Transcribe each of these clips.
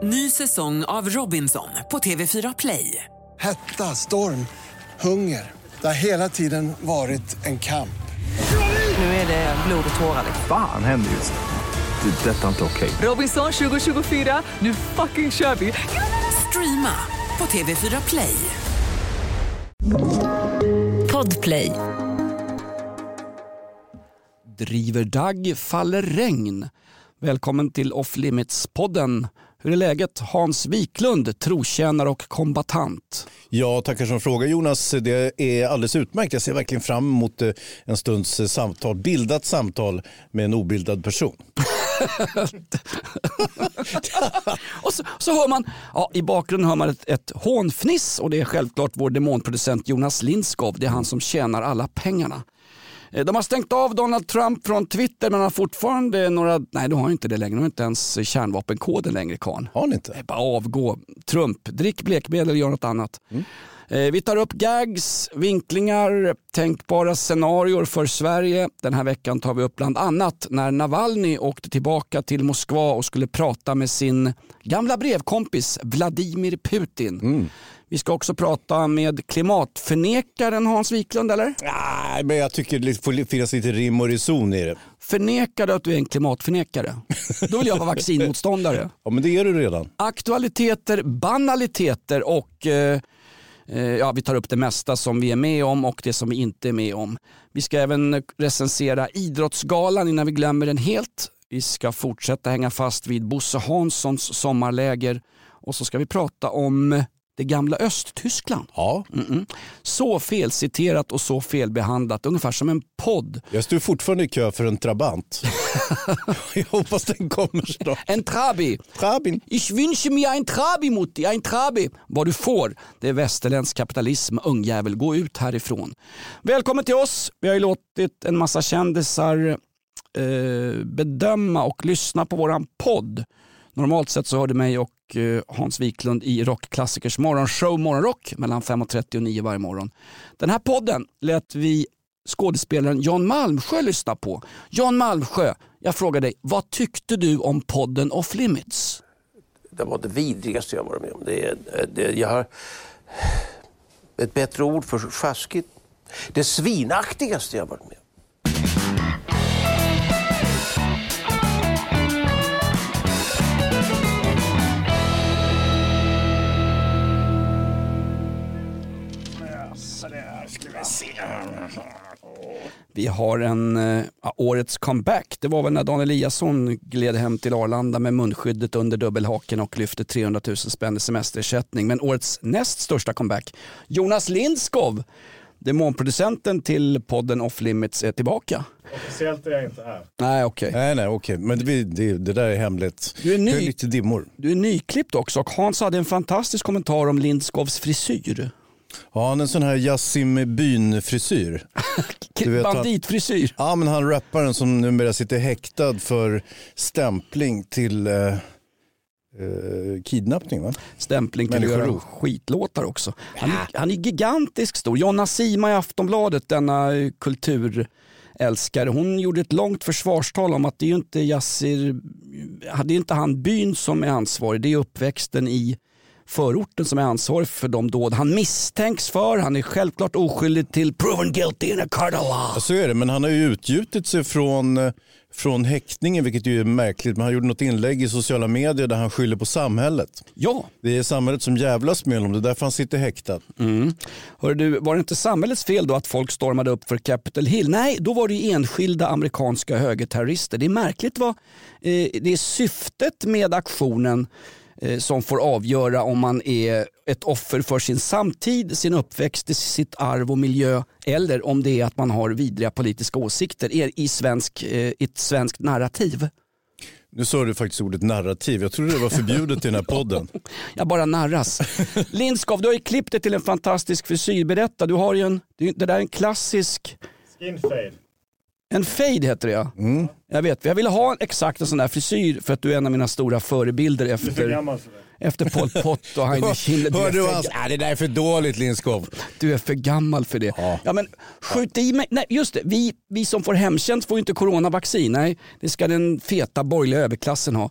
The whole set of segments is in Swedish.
Ny säsong av Robinson på TV4 Play. Hetta, storm, hunger. Det har hela tiden varit en kamp. Nu är det blod och tårar. Fan händer just nu. Det. Detta är inte okej. Robinson 2024, nu fucking kör vi. Streama på TV4 Play. Podplay. Driver dagg, faller regn. Välkommen till Off Limits-podden. Hur är läget? Hans Wiklund, trotjänare och kombatant. Ja, tackar som fråga Jonas. Det är alldeles utmärkt. Jag ser verkligen fram emot en stunds samtal, bildat samtal med en obildad person. Och så hör man, i bakgrunden hör man ett hånfniss, och det är självklart vår demonproducent Jonas Lindskov. Det är han som tjänar alla pengarna. De har stängt av Donald Trump från Twitter, men har fortfarande några... Nej, de har inte det längre. De har inte ens kärnvapenkoden längre, Karl. Har ni inte? Det är bara avgå. Trump, drick blekmedel eller gör något annat. Vi tar upp gags, vinklingar, tänkbara scenarior för Sverige. Den här veckan tar vi upp bland annat när Navalny åkte tillbaka till Moskva och skulle prata med sin gamla brevkompis Vladimir Putin. Vi ska också prata med klimatförnekaren Hans Wiklund, eller? Nej, men jag tycker det får finnas lite rim och reson i det. Förnekar du att du är en klimatförnekare? Då vill jag vara vaccinmotståndare. Ja, men det är du redan. Aktualiteter, banaliteter och... vi tar upp det mesta som vi är med om och det som vi inte är med om. Vi ska även recensera Idrottsgalan innan vi glömmer den helt. Vi ska fortsätta hänga fast vid Bosse Hanssons sommarläger. Och så ska vi prata om det gamla Östtyskland. Ja. Så felciterat och så felbehandlat, ungefär som en podd. Jag står fortfarande i kö för en Trabant. Jag hoppas den kommer snart. En Trabi. Trabin. Ich wünsche mir ein Trabi, Mutti. Ein Trabi. Vad du får, det är västerländsk kapitalism. Ungjävel, gå ut härifrån. Välkommen till oss. Vi har ju låtit en massa kändisar bedöma och lyssna på våran podd. Normalt sett så hörde mig och Hans Wiklund i Rockklassikers morgonshow Morgonrock mellan 5:30 och 9 varje morgon. Den här podden lät vi skådespelaren Jan Malmsjö lyssna på. Jan Malmsjö, jag frågar dig, vad tyckte du om podden Off Limits? Det var det vidrigaste jag varit med om. Jag har ett bättre ord för sjaskigt. Det svinaktigaste jag varit med om. Vi har en årets comeback. Det var väl när Dan Eliasson gled hem till Arlanda med munskyddet under dubbelhaken och lyfte 300 000 spänn i semesterersättning. Men årets näst största comeback, Jonas Lindskov, demonproducenten till podden Off Limits, är tillbaka. Officiellt är jag inte här. Nej, okej. Nej, okej. Men det där är hemligt. Du är Det är lite dimmor. Du är nyklippt också, och Hans hade en fantastisk kommentar om Lindskovs frisyr. Ja, han är en sån här Yasim Byn-frisyr. Banditfrisyr. Ja, men han rapparen som numera sitter häktad för stämpling till kidnappning, va? Stämpling till att göra skitlåtar också. Han är gigantisk stor. Jonna Sima i Aftonbladet, denna kulturälskare, hon gjorde ett långt försvarstal om att det är ju inte Yassir, det är inte han Byn som är ansvarig, det är uppväxten i förorten som är ansvarig för de dåd han misstänks för. Han är självklart oskyldig till proven guilty in a court of law. Ja, så är det, men han har ju utgjutit sig från häktningen, vilket ju är märkligt. Men han gjorde något inlägg i sociala medier där han skyller på samhället. Ja. Det är samhället som jävlas med honom, det är därför han sitter häktad. Hör du, var det inte samhällets fel då att folk stormade upp för Capitol Hill? Nej, då var det ju enskilda amerikanska högerterrorister. Det är märkligt vad det är syftet med aktionen som får avgöra om man är ett offer för sin samtid, sin uppväxt, sitt arv och miljö, eller om det är att man har vidriga politiska åsikter i ett svenskt narrativ. Nu sa du faktiskt ordet narrativ. Jag trodde det var förbjudet i den här podden. Jag bara narras. Lindskov, du har ju klippt det till en fantastisk frisyr. Berätta, du har ju det där är en klassisk... Skin fade. En fade heter det, ja. Jag vet, jag ville ha exakt en sån där frisyr för att du är en av mina stora förebilder efter Pol Pot och Heinrich Himmler. Hör du alltså? Det där är för dåligt, Lindskov. Du är för gammal för det. Ja, men skjut i mig. Nej, just det. Vi som får hemtjänst får ju inte coronavaccin. Nej, det ska den feta borgerliga överklassen ha.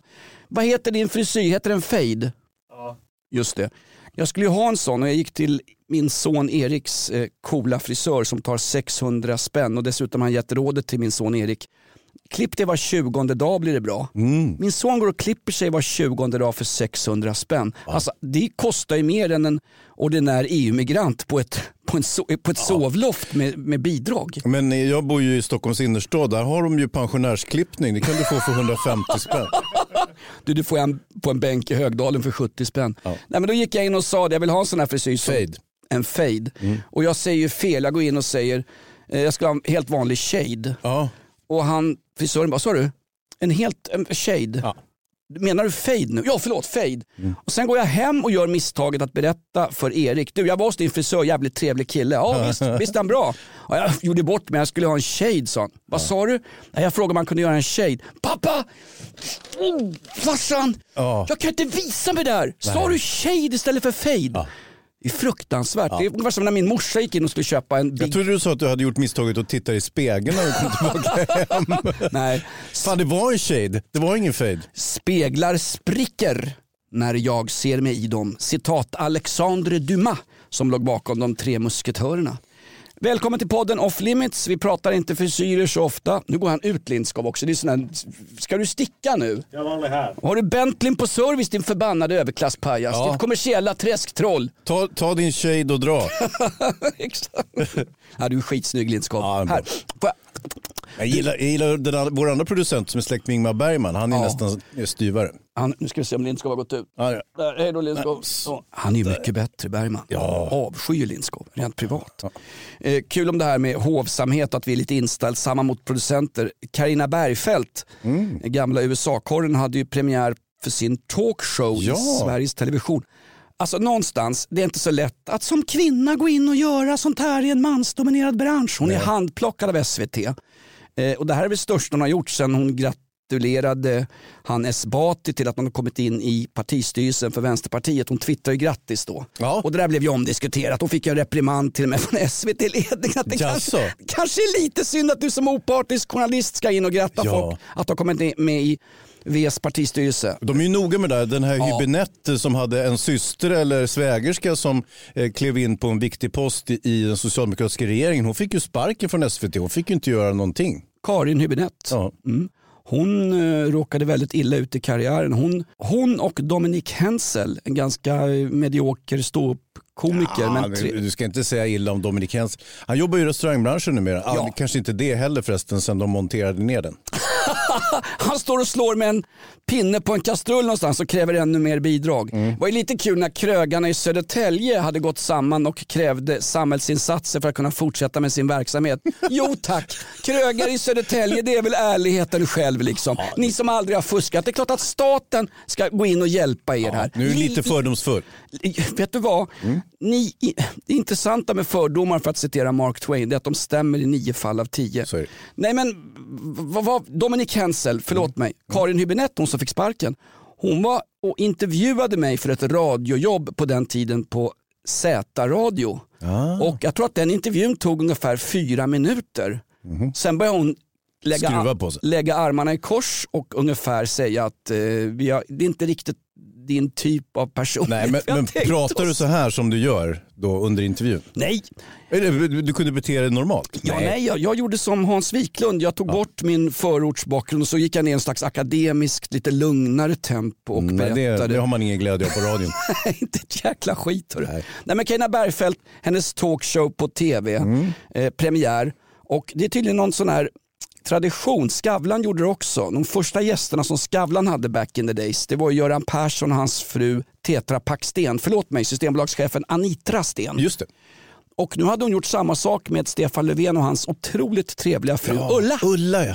Vad heter din frisyr? Heter den fade? Ja. Just det. Jag skulle ju ha en sån och jag gick till min son Eriks coola frisör som tar 600 spänn och dessutom har han gett rådet till min son Erik. Klipp det var 20:e dag blir det bra. Min son går och klipper sig var 20:e dag för 600 spänn. Alltså, det kostar ju mer än en ordinär EU-migrant på ett sovloft med bidrag. Men jag bor ju i Stockholms innerstad. Där har de ju pensionärsklippning. Det kan du få för 150 spänn. Du får en på en bänk i Högdalen för 70 spänn. Ja. Nej, men då gick jag in och sa att jag vill ha en sån här frisyr. Fade. En fade. Och jag säger ju fel. Jag går in och säger jag ska ha en helt vanlig shade. Ja. Och frisören bara, sa du? En shade? Ja. Menar du fade nu? Ja, förlåt, fade. Och sen går jag hem och gör misstaget att berätta för Erik. Du, jag var hos din frisör, jävligt trevlig kille. Ja, visst är han bra. Ja, jag gjorde bort mig, jag skulle ha en shade, sa han. Vad sa du? Ja, jag frågade om man kunde göra en shade. Pappa! Farsan! Jag kan inte visa mig där. Sa du shade istället för fade? Ja. Det är fruktansvärt. Det är ungefär som när min morsa gick in och skulle köpa en big... Jag trodde du sa att du hade gjort misstaget att titta i spegeln när du kom tillbaka hem. Nej. Fan, det var en shade. Det var ingen fade. Speglar spricker när jag ser mig i dem. Citat Alexandre Dumas som låg bakom de 3 musketörerna. Välkommen till podden Off Limits. Vi pratar inte frisyrer så ofta. Nu går han ut Lindskov också. Det är sån här... Ska du sticka nu? Jag var aldrig här. Har du Bentley på service, din förbannade överklasspajas? Ja. Ditt kommersiella träsktroll. Ta din shade och dra. Exakt. Ja, du är skitsnygg Lindskov. Ja, här. Jag gillar vår andra producent som är släkt med Ingmar Bergman. Han är nästan styvare. Nu ska vi se om Lindskov har gått ut. Ja. Hej då Lindskov. Han är ju mycket bättre, Bergman. Ja. Avskyr Lindskov, rent privat. Ja. Kul om det här med hovsamhet, att vi är lite inställsamma mot producenter. Carina Bergfeldt, gamla USA-korren, hade ju premiär för sin talkshow i Sveriges Television. Alltså någonstans, det är inte så lätt att som kvinna gå in och göra sånt här i en mansdominerad bransch. Hon är handplockad av SVT. Och det här är väl störst hon har gjort sedan hon gratulerade han Esbati till att man har kommit in i partistyrelsen för Vänsterpartiet. Hon twittrar ju grattis då. Ja. Och det där blev ju omdiskuterat. Hon fick ju en reprimand till och med från SVT-ledningen. Att det kanske är lite synd att du som opartisk journalist ska in och gratta folk att ha kommit med i VS partistyrelse. De är ju noga med det. Den här Hübinette som hade en syster eller svägerska som klev in på en viktig post i den socialdemokratiska regeringen. Hon fick ju sparken från SVT. Hon fick ju inte göra någonting. Karin Hübinette. Ja. Hon råkade väldigt illa ut i karriären. Hon och Dominic Hensel, en ganska medioker ståuppkomiker. Du ska inte säga illa om Dominic Hensel. Han jobbar ju i restaurangbranschen numera. Kanske inte det heller förresten sen de monterade ner den. Han står och slår med en pinne på en kastrull någonstans och kräver ännu mer bidrag. Det var ju lite kul när krögarna i Södertälje hade gått samman och krävde samhällsinsatser för att kunna fortsätta med sin verksamhet. Jo tack, krögare i Södertälje, det är väl ärligheten själv liksom. Ni som aldrig har fuskat, det är klart att staten ska gå in och hjälpa er här. Nu är det lite fördomsfull. Vet du vad? Det intressanta med fördomar, för att citera Mark Twain, det är att de stämmer i 9 fall av 10. Sorry. Nej men vad Dominic Hensel, förlåt mig, Karin Hübinette, hon som fick sparken, hon var och intervjuade mig för ett radiojobb på den tiden på Z-radio. Och jag tror att den intervjun tog ungefär 4 minuter. Sen började hon lägga armarna i kors och ungefär säga att det är inte riktigt din typ av person. Nej, men pratar du så här som du gör då under intervjun? Nej. Du kunde bete dig normalt? Jag gjorde som Hans Wiklund. Jag tog bort min förortsbakgrund och så gick jag ner en slags akademiskt, lite lugnare tempo och berättade. Det har man ingen glädje av på radion. Nej, inte ett jäkla skit. Nej, men Carina Bergfeldt, hennes talkshow på tv, premiär. Och det är tydligen någon sån här tradition. Skavlan gjorde det också. De första gästerna som Skavlan hade back in the days, det var Göran Persson och hans fru Tetra Pak Sten. Förlåt mig, Systembolagschefen Anitra Sten. Just det. Och nu hade hon gjort samma sak med Stefan Löfven och hans otroligt trevliga fru Ulla.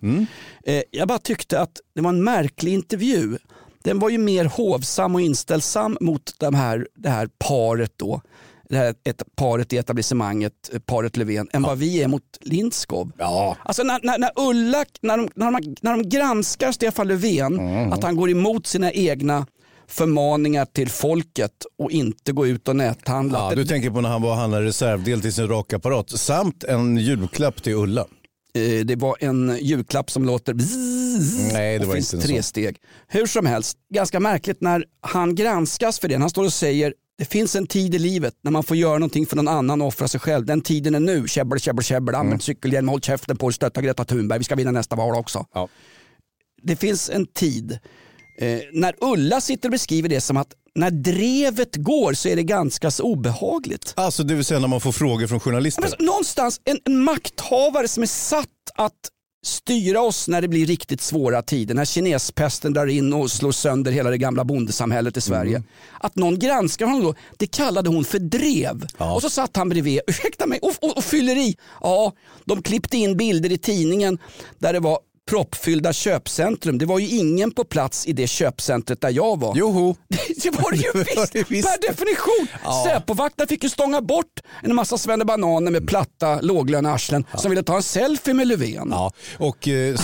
Jag bara tyckte att det var en märklig intervju. Den var ju mer hovsam och inställsam mot det här paret då. Paret i etablissemanget, paret Löfven, än vad vi är mot Lindskov. Ja. Alltså när Ulla, när de granskar Stefan Löfven, att han går emot sina egna förmaningar till folket och inte gå ut och näthandla. Ja, du tänker på när han var och handlade reservdel till sin rakapparat samt en julklapp till Ulla. Det var en julklapp som låter Nej, det var finns inte 3 steg. Hur som helst, ganska märkligt när han granskas för det. Han står och säger det finns en tid i livet när man får göra någonting för någon annan och offra sig själv. Den tiden är nu. Käbbel. Använd cykelhjälm, håll käften på och stötta Greta Thunberg. Vi ska vinna nästa val också. Ja. Det finns en tid. När Ulla sitter och beskriver det som att när drevet går så är det ganska så obehagligt. Alltså det vill säga när man får frågor från journalister. Men någonstans en makthavare som är satt att styra oss när det blir riktigt svåra tider. När kinespesten drar in och slår sönder hela det gamla bondesamhället i Sverige. Att någon granskar honom då, det kallade hon för drev. Ja. Och så satt han bredvid, ursäkta mig, och fyller i. Ja, de klippte in bilder i tidningen där det var proppfyllda köpcentrum. Det var ju ingen på plats i det köpcentret där jag var. Joho. Det var det ju visst, per definition. Ja. Säpovakten fick ju stånga bort en massa svennebananer med platta låglöna arslen som ville ta en selfie med Löfven. Ja, och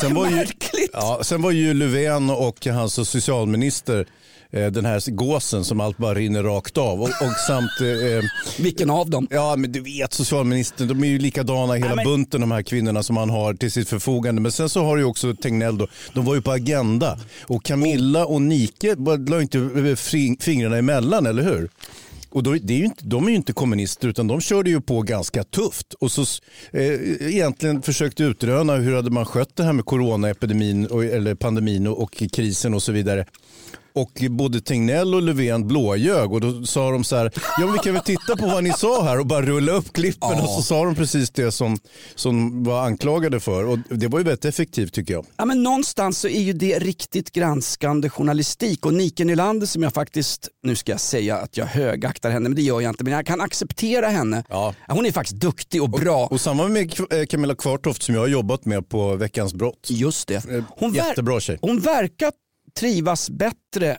sen var ju Löfven och hans socialminister den här gåsen som allt bara rinner rakt av och samt vilken av dem? Ja, men du vet, socialministern, de är ju likadana hela bunten, de här kvinnorna som han har till sitt förfogande. Men sen så har du ju också Tegnell då, de var ju på Agenda och Camilla och Nike la inte fingrarna emellan, eller hur? Och då, de är ju inte kommunister utan de körde ju på ganska tufft och så egentligen försökte utröna hur hade man skött det här med coronaepidemin eller pandemin och krisen och så vidare. Och både Tegnell och Löfven blåljög och då sa de så här, ja men vi kan väl titta på vad ni sa här och bara rulla upp klippen och så sa de precis det som var anklagade för och det var ju väldigt effektivt tycker jag. Ja, men någonstans så är ju det riktigt granskande journalistik och Nike Nylander som jag faktiskt, nu ska jag säga att jag högaktar henne men det gör jag inte, men jag kan acceptera henne. Ja. Hon är faktiskt duktig och bra. Och samma med Camilla Kvartoft som jag har jobbat med på Veckans brott. Just det. Jättebra tjej. Hon verkar trivas bättre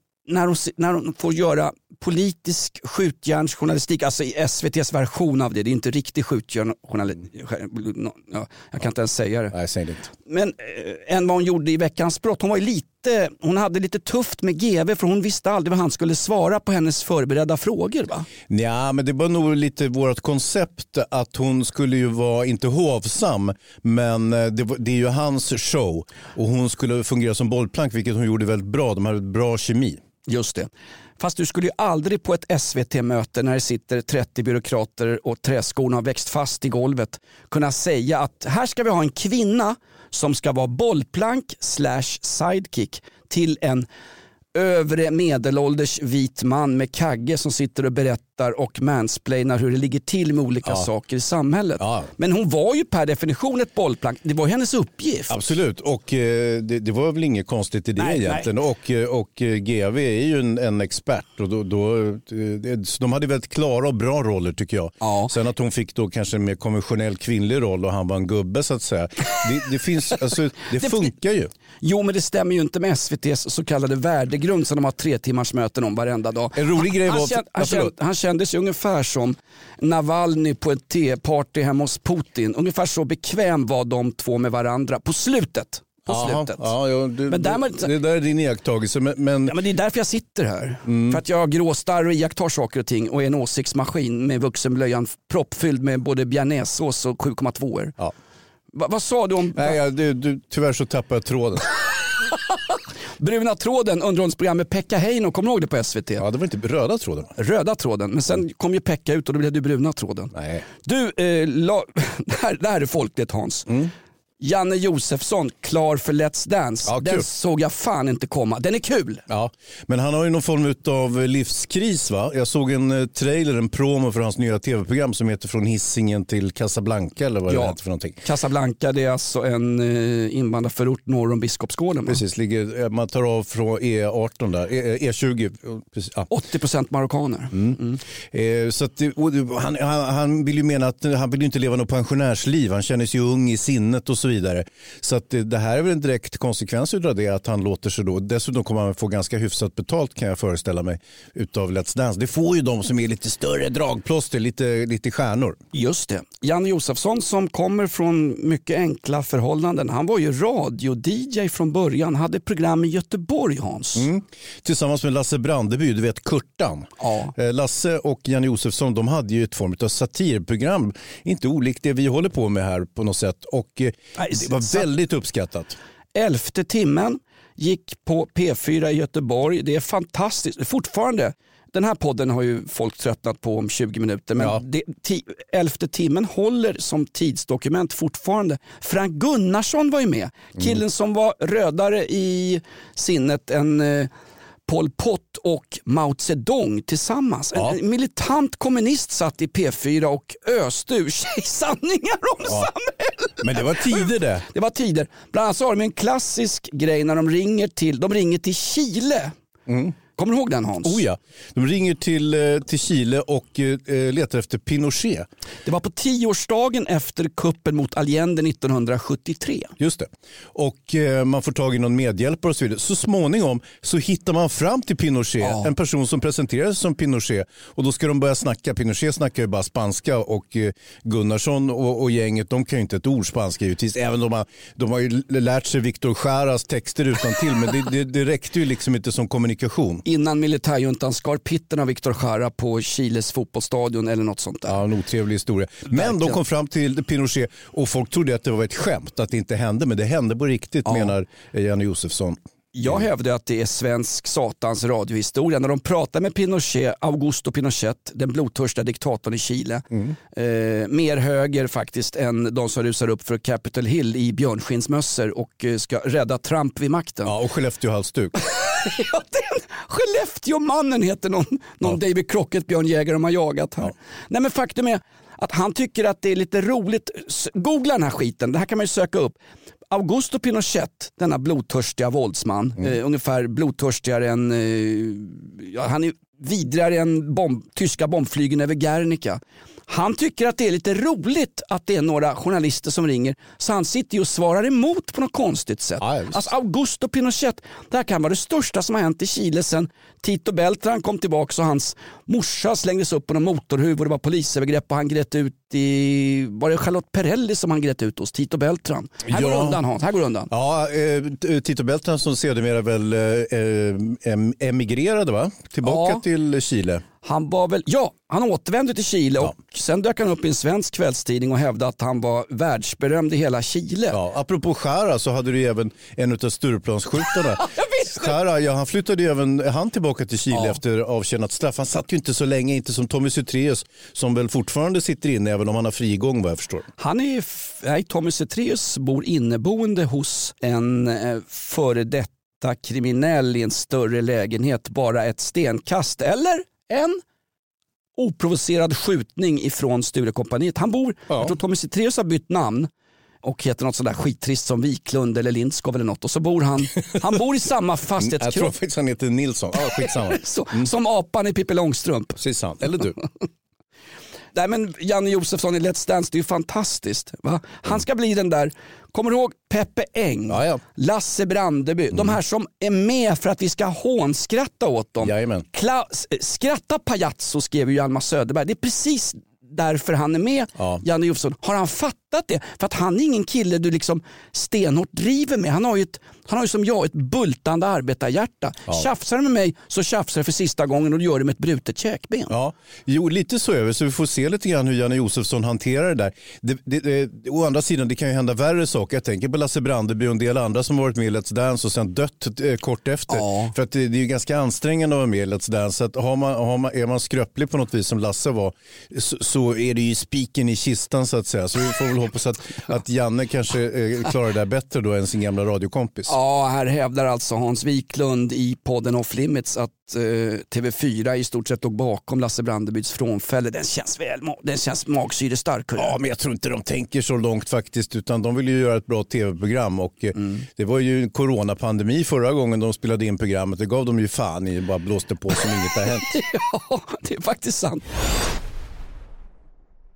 när hon får göra politisk skjutjärnsjournalistik, alltså i SVT:s version av det. Det är inte riktig skjutjärnsjournalistik. Ja, jag kan inte ens säga det. Nej, säg det inte. Men än vad hon gjorde i Veckans brott. Hon hade lite tufft med GV för hon visste aldrig vad han skulle svara på hennes förberedda frågor, va? Ja, men det var nog lite vårt koncept att hon skulle ju vara inte hovsam, men det är ju hans show och hon skulle fungera som bollplank, vilket hon gjorde väldigt bra. De hade bra kemi. Just det. Fast du skulle ju aldrig på ett SVT-möte när det sitter 30 byråkrater och träskorna har växt fast i golvet kunna säga att här ska vi ha en kvinna som ska vara bollplank / sidekick till en övre medelålders vit man med kagge som sitter och berättar och mansplainar hur det ligger till med olika saker i samhället. Ja. Men hon var ju per definition ett bollplank. Det var hennes uppgift. Absolut, och det var väl inget konstigt i det egentligen. Nej. Och GV är ju en expert och de hade väldigt klara och bra roller tycker jag. Ja. Sen att hon fick då kanske en mer konventionell kvinnlig roll och han var en gubbe så att säga. Det finns, alltså, det funkar ju. Jo, men det stämmer ju inte med SVT:s så kallade värdegrund som de har 3 timmars möten om varenda dag. En rolig grej var... Han kändes ju ungefär som Navalny på ett teparty hemma hos Putin. Ungefär så bekväm var de två med varandra på slutet. Men det där är din iakttagelse. Men det är därför jag sitter här. För att jag gråstar och iakttar saker och ting och är en åsiktsmaskin med vuxenblöjan proppfylld med både bearnaisesås och 7,2. Ja. Vad sa du om... Nej, tyvärr så tappade jag tråden. Bruna tråden, underhållsprogrammet Pekka Heino, kommer du ihåg det på SVT? Ja, det var inte röda tråden. Röda tråden, men sen kom ju Pekka ut och då blev det bruna tråden. Nej. Du, det här är folkligt Hans. Janne Josefsson, klar för Let's Dance. Ja, den såg jag fan inte komma. Den är kul. Ja, men han har ju någon form av livskris va? Jag såg en trailer, en promo för hans nya tv-program som heter Från Hisingen till Casablanca eller vad det heter för någonting. Casablanca, det är alltså en invandrarförort norr om Biskopsgården. Precis, man tar av från E18 där, E20. Precis, 80% marockaner. Så att han vill ju mena att han vill ju inte leva något pensionärsliv. Han känner sig ung i sinnet och så vidare. Så att det här är väl en direkt konsekvens av det att han låter sig då. Dessutom kommer han få ganska hyfsat betalt kan jag föreställa mig utav Let's Dance. Det får ju de som är lite större dragplåster, lite stjärnor. Just det. Janne Josefsson som kommer från mycket enkla förhållanden. Han var ju radio-DJ från början. Hade program i Göteborg, Hans. Tillsammans med Lasse Brandeby, du vet Kurtan. Ja. Lasse och Janne Josefsson, de hade ju ett form av satirprogram. Inte olikt det vi håller på med här på något sätt. Och det var väldigt uppskattat. 11:e timmen gick på P4 i Göteborg. Det är fantastiskt. Fortfarande, den här podden har ju folk tröttnat på om 20 minuter. Men 11:e timmen håller som tidsdokument fortfarande. Frank Gunnarsson var ju med. Killen som var rödare i sinnet än Pol Pot och Mao Zedong tillsammans. Ja. En militant kommunist satt i P4 och öste ur sig sanningar om samhället. Men det var tider det. Det var tider. Bland annat så har de en klassisk grej när de ringer till Chile. Kommer du ihåg den, Hans? Oh ja, de ringer till Chile och letar efter Pinochet. Det var på 10-årsdagen efter kuppen mot Allende 1973. Just det. Och man får tag i någon medhjälpare och så vidare. Så småningom så hittar man fram till Pinochet, en person som presenteras som Pinochet. Och då ska de börja snacka. Pinochet snackar ju bara spanska och Gunnarsson och gänget, de kan ju inte ett ord spanska givetvis. Även om de har ju lärt sig Victor Jaras texter utan till, men det räckte ju liksom inte som kommunikation. Innan militärjuntan skar pitten av Victor Jara på Chiles fotbollsstadion eller något sånt där. Ja, en otrevlig historia. Men de kom fram till Pinochet och folk trodde att det var ett skämt, att det inte hände. Men det hände på riktigt, menar Janne Josefsson. Jag hävdar att det är svensk satans radiohistoria. När de pratar med Pinochet, Augusto Pinochet, den blodtörsta diktatorn i Chile. Mer höger faktiskt än de som rusar upp för Capitol Hill i björnskinnsmössor och ska rädda Trump vid makten. Ja, och Skellefteå-halsduk. Ja, Skellefteå-mannen heter någon David Crockett björnjägare de har jagat här. Ja. Nej, men faktum är att han tycker att det är lite roligt. Googla den här skiten, det här kan man ju söka upp. Augusto Pinochet, denna blodtörstiga våldsman, ungefär blodtörstigare än, han är vidrigare än tyska bombflygen över Guernica. Han tycker att det är lite roligt att det är några journalister som ringer, så han sitter ju och svarar emot på något konstigt sätt. Alltså Augusto Pinochet, det här kan vara det största som har hänt i Chile sen Tito Beltran kom tillbaka och hans morsa slängdes upp på någon motorhuv och det var polisövergrepp och han grät ut var det Charlotte Perrelli som han grät ut hos Tito Beltran? Här går undan, Hans, här går undan. Ja, Tito Beltran som sedermera väl emigrerade, va? Tillbaka till Chile. Han var väl, han återvände till Chile och sen dök han upp i en svensk kvällstidning och hävdade att han var världsberömd i hela Chile. Ja, apropå Jara så hade du ju även en av Stureplansskjutarna. Jara, han flyttade ju även tillbaka till Chile efter avtjänat straff. Han satt ju inte så länge, inte som Tommy Zethraeus som väl fortfarande sitter inne även om han har frigång, vad jag förstår. Tommy Zethraeus bor inneboende hos en före detta kriminell i en större lägenhet, bara ett stenkast eller en oprovocerad skjutning ifrån Sturekompaniet. Han bor, jag tror Tommy Zethraeus har bytt namn och heter något sådär skittrist som Wiklund eller Lindskov eller något, och så bor han bor i samma fastighetskropp. Jag tror faktiskt han heter Nilsson. Skitsamma. Som apan i Pippi Långstrump. Precis sant, eller du. Nej, men Janne Josefsson i Let's Dance, det är ju fantastiskt. Va? Han ska bli den där, kommer du ihåg Peppe Eng, Lasse Brandeby, de här som är med för att vi ska hånskratta åt dem. Skratta pajazzo skrev ju Hjalmar Söderberg, det är precis därför han är med, Janne Josefsson. Har han fattat det? För att han är ingen kille du liksom stenhårt driver med. Han har ju som jag ett bultande arbetarhjärta. Tjafsar du med mig så tjafsar du för sista gången och du gör det med ett brutet käkben. Ja, jo, lite så är det. Så vi får se lite grann hur Janne Josefsson hanterar det där. Å andra sidan, det kan ju hända värre saker. Jag tänker på Lasse Brandeby och en del andra som varit med i Let's Dance och sen dött kort efter. För att det är ju ganska ansträngande att vara med i Let's Dance. Så att är man skröplig på något vis som Lasse var, så är det ju spiken i kistan så att säga. Så vi får väl hoppas att Janne kanske klarar det där bättre då än sin gamla radiokompis. Ja, här hävdar alltså Hans Wiklund i podden Off Limits att TV4 i stort sett låg bakom Lasse Brandebys frånfälle. Den känns magsyrestark. Ja, men jag tror inte de tänker så långt faktiskt, utan de vill ju göra ett bra tv-program och det var ju en coronapandemi förra gången de spelade in programmet. Det gav de ju fan i, bara blåste på som inget har hänt. Ja, det är faktiskt sant.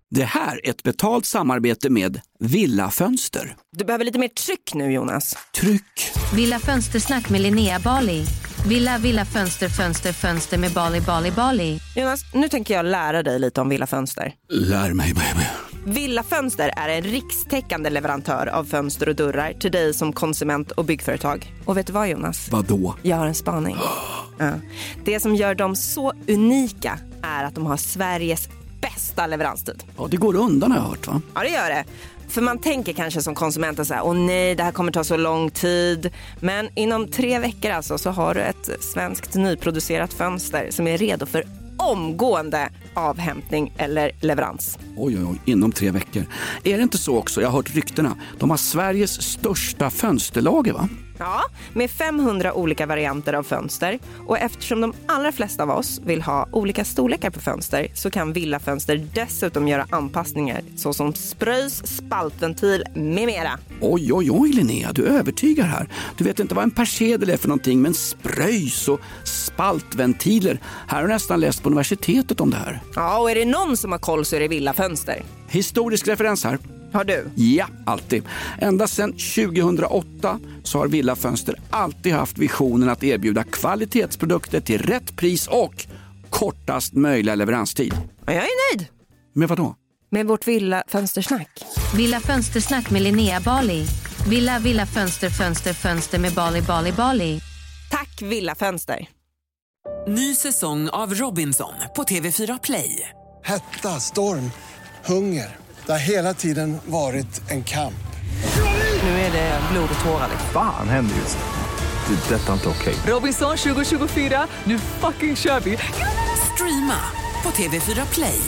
Det här är ett betalt samarbete med Villa Fönster. Du behöver lite mer tryck nu, Jonas. Tryck! Villa Fönstersnack med Linnea Bali. Villa Fönster med Bali. Jonas, nu tänker jag lära dig lite om Villa Fönster. Lär mig, baby. Villa Fönster är en rikstäckande leverantör av fönster och dörrar till dig som konsument och byggföretag. Och vet du vad, Jonas? Vadå? Jag har en spaning. Ja. Det som gör dem så unika är att de har Sveriges bästa leveranstid. Ja, det går undan har jag hört, va? Ja, det gör det. För man tänker kanske som konsument så här, åh nej, det här kommer ta så lång tid. Men inom 3 veckor alltså så har du ett svenskt nyproducerat fönster som är redo för omgående avhämtning eller leverans. Oj, inom 3 veckor. Är det inte så också? Jag har hört ryktena. De har Sveriges största fönsterlager, va? Ja, med 500 olika varianter av fönster. Och eftersom de allra flesta av oss vill ha olika storlekar på fönster så kan Villa Fönster dessutom göra anpassningar såsom spröjs, spaltventil med mera. Oj, Linnea, du övertygar här. Du vet inte vad en persedel är för någonting, men spröjs och spaltventiler. Här har jag nästan läst på universitetet om det här. Ja, och är det någon som har koll så är det Villa Fönster. Historisk referens här. Har du? Ja, alltid. Ända sedan 2008 så har Villa Fönster alltid haft visionen att erbjuda kvalitetsprodukter till rätt pris och kortast möjliga leveranstid. Ja, jag är nöjd. Med vad då? Med vårt Villa Fönstersnack. Villa Fönstersnack med Linnea Bali. Villa Fönster med Bali. Tack Villa Fönster. Ny säsong av Robinson på TV4 Play. Hetta, storm, hunger. Det har hela tiden varit en kamp. Nu är det blod och tårar. Fan händer just det. Det är detta inte okej. Robinson 2024, nu fucking kör vi. Streama på TV4 Play.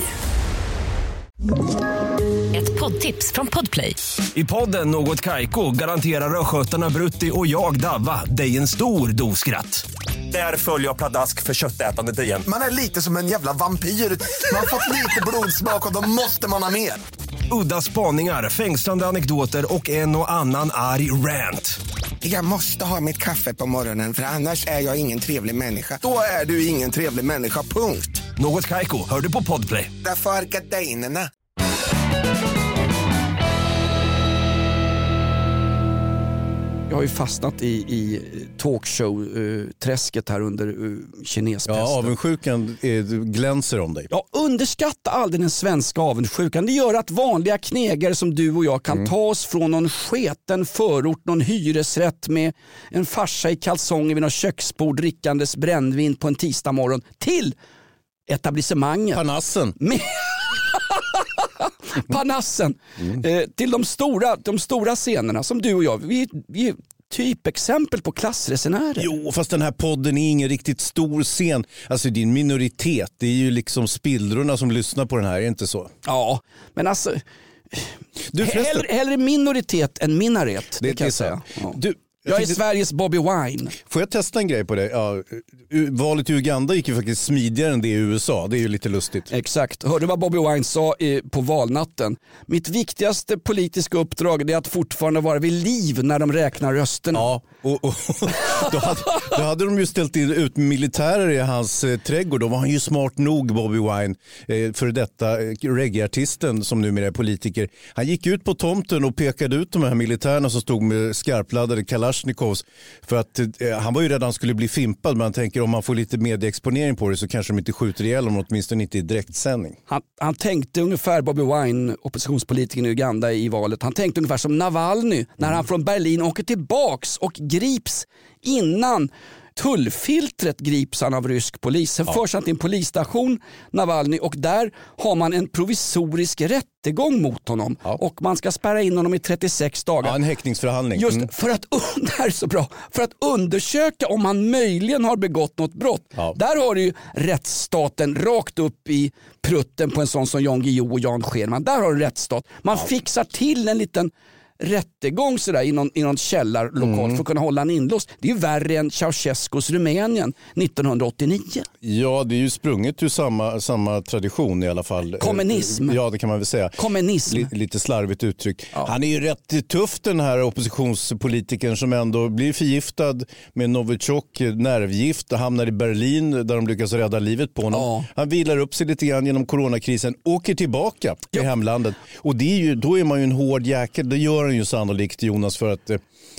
Ett poddtips från Podplay. I podden Något Kaiko garanterar röskötarna Brutti och jag Davva dig en stor doskratt. Där följer jag pladask för köttätandet igen. Man är lite som en jävla vampyr. Man har fått lite blodsmak och då måste man ha mer. Udda spaningar, fängslande anekdoter och en och annan arg rant. Jag måste ha mitt kaffe på morgonen för annars är jag ingen trevlig människa. Då är du ingen trevlig människa, punkt. Något Kaiko, hör du på Podplay. Därför är gardinerna. Jag har ju fastnat i talkshow-träsket här under kinespesten. Ja, avundsjukan glänser om dig. Ja, underskatta aldrig den svenska avundsjukan. Det gör att vanliga knegare som du och jag kan ta oss från någon sketen förort, någon hyresrätt med en farsa i kalsonger vid någon köksbord drickandes brännvin på en tisdag morgon till etablissemanget. Panassen. Panassen. Till de stora scenerna som du och jag. Vi är typexempel på klassresenärer. Jo, fast den här podden är ingen riktigt stor scen. Alltså det är en minoritet. Det är ju liksom spillrorna som lyssnar på den här, är det inte så? Ja, men alltså hellre minoritet än minaret. Det kan jag säga. Ja. Jag är Sveriges Bobby Wine. Får jag testa en grej på det? Ja, valet i Uganda gick ju faktiskt smidigare än det i USA. Det är ju lite lustigt. Exakt. Hörde vad Bobby Wine sa på valnatten? Mitt viktigaste politiska uppdrag är att fortfarande vara vid liv när de räknar rösterna. Ja, och då hade de ju ställt ut militärer i hans trädgård. Då var han ju smart nog, Bobby Wine, för detta reggaeartisten som numera är politiker. Han gick ut på tomten och pekade ut de här militärerna som stod med skarpladdade Kalashnikovs, för att han var ju rädd att han skulle bli fimpad, men han tänker om man får lite medieexponering på det så kanske de inte skjuter ihjäl honom, åtminstone inte i direktsändning. Han tänkte ungefär, Bobby Wine, oppositionspolitikern i Uganda i valet, han tänkte ungefär som Navalny när han från Berlin åker tillbaks och grips innan tullfiltret grips han av rysk polis. Sen förs han till en polisstation, Navalny, och där har man en provisorisk rättegång mot honom. Och man ska spärra in honom i 36 dagar. Ja, en häktningsförhandling. Just för att, det här är så bra, för att undersöka om han möjligen har begått något brott. Ja. Där har du ju rättsstaten rakt upp i prutten på en sån som Jan Guillou och Jan Scherman. Där har du rättsstat. Man fixar till en liten rättegång sådär i någon källarlokal för att kunna hålla en inlåst. Det är ju värre än Ceausescus Rumänien 1989. Ja, det är ju sprunget ur samma tradition i alla fall. Kommunism. Ja, det kan man väl säga. Kommunism. Lite slarvigt uttryck. Ja. Han är ju rätt tuff, den här oppositionspolitikern som ändå blir förgiftad med Novichok, nervgift, och hamnar i Berlin där de lyckas rädda livet på honom. Ja. Han vilar upp sig lite grann genom coronakrisen, åker tillbaka till hemlandet. Och det är ju, då är man ju en hård jäkel. Det gör han ju sannolikt, Jonas, för att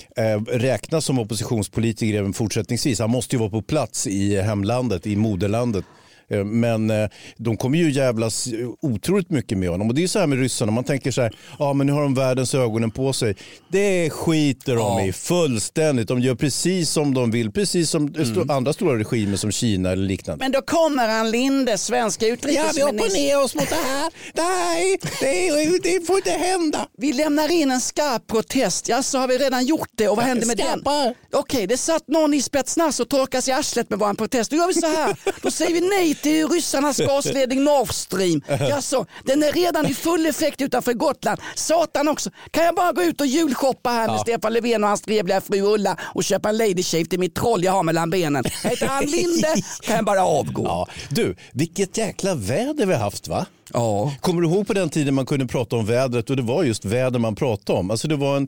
räknas som oppositionspolitiker även fortsättningsvis. Han måste ju vara på plats i hemlandet, i moderlandet. Men de kommer ju jävlas otroligt mycket med honom. Och det är så här med ryssarna. Man tänker så här, ja men nu har de världens ögonen på sig. Det skiter de i fullständigt. De gör precis som de vill. Precis som andra stora regimer som Kina eller liknande. Men då kommer Ann Linde, svenska utrikesminister. Ja, vi opponerar oss mot det här. Nej, det får inte hända. Vi lämnar in en skarp protest. Ja, så har vi redan gjort det. Och vad händer med den? Okej, det satt någon i Spetsnaz och torkade sig i arslet med vår protest. Då gör vi så här. Då säger vi nej till ryssarnas gasledning Nord Stream. Jaså, den är redan i full effekt utanför Gotland. Satan också. Kan jag bara gå ut och julshoppa här med Stefan Löfven och hans trevliga fru Ulla och köpa en lady shave till mitt troll jag har mellan benen? Heter han Linde? Kan jag bara avgå. Ja. Du, vilket jäkla väder vi har haft, va? Ja. Kommer du ihåg på den tiden man kunde prata om vädret och det var just väder man pratade om? Alltså det var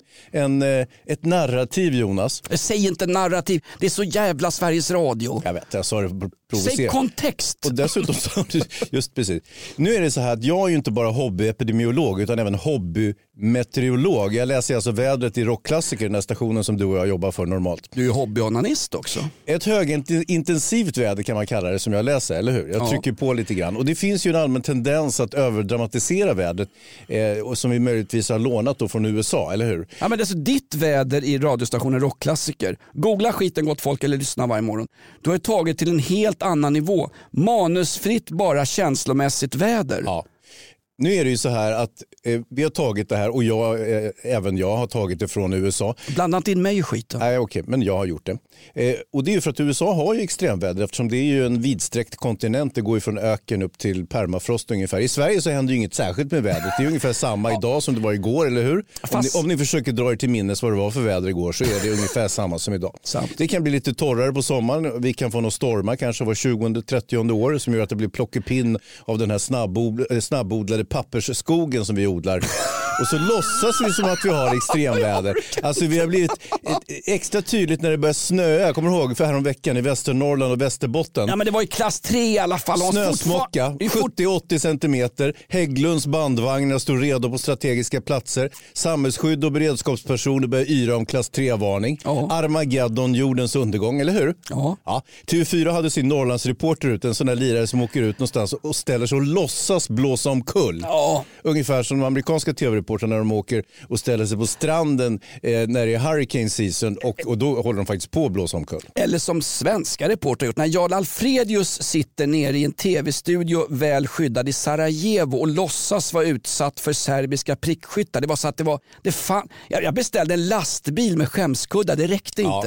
ett narrativ, Jonas. Säg inte narrativ, det är så jävla Sveriges Radio. Jag vet, jag sa det provocerat. Säg kontext. Och dessutom, just precis. Nu är det så här att jag är ju inte bara hobbyepidemiolog utan även hobbymeteorolog. Jag läser alltså vädret i Rockklassiker, den här stationen som du och jag jobbar för normalt. Du är hobbyonanist också. Ett högintensivt väder kan man kalla det som jag läser, eller hur? Jag trycker på lite grann. Och det finns ju en allmän tendens att överdramatisera vädret och som vi möjligtvis har lånat då från USA, eller hur? Ja, men det är så ditt väder i radiostationen Rockklassiker. Googla skiten gott folk eller lyssna varje morgon. Du har tagit till en helt annan nivå. Manusfritt, bara känslomässigt väder. Ja. Nu är det ju så här att vi har tagit det här och även jag har tagit det från USA. Blanda inte in mig i skiten. Nej, okej, men jag har gjort det. Och det är ju för att USA har ju extremväder eftersom det är ju en vidsträckt kontinent. Det går ju från öken upp till permafrost ungefär. I Sverige så händer ju inget särskilt med vädret. Det är ungefär samma idag som det var igår, eller hur? Om ni försöker dra er till minnes vad det var för väder igår så är det ungefär samma som idag. Det kan bli lite torrare på sommaren. Vi kan få några stormar kanske var 20-30 år som gör att det blir plockepinn av den här snabbodlade pappersskogen som vi odlar. Och så låtsas vi som att vi har extremväder. Alltså vi har blivit extra tydligt när det börjar snöa. Jag kommer ihåg för häromveckan i Västernorrland och Västerbotten. Ja, men det var i klass 3 i alla fall. Snösmocka, 70-80 centimeter. Hägglunds bandvagnar stod redo på strategiska platser. Samhällsskydd och beredskapspersoner börjar yra om klass 3-varning. Armageddon, jordens undergång, eller hur? Ja. TV4 hade sin Norrlandsreporter ut, en sån där lirare som åker ut någonstans och ställer sig och låtsas blåsa omkull. Ungefär som de amerikanska TV-reporterna när de åker och ställer sig på stranden när det är hurricane season och då håller de faktiskt på att blåsa omkull. Eller som svenska reporter gjort när Jarl Alfredius sitter nere i en tv-studio väl skyddad i Sarajevo och låtsas vara utsatt för serbiska prickskyttar. Det var så att jag beställde en lastbil med skämskudda, det räckte inte.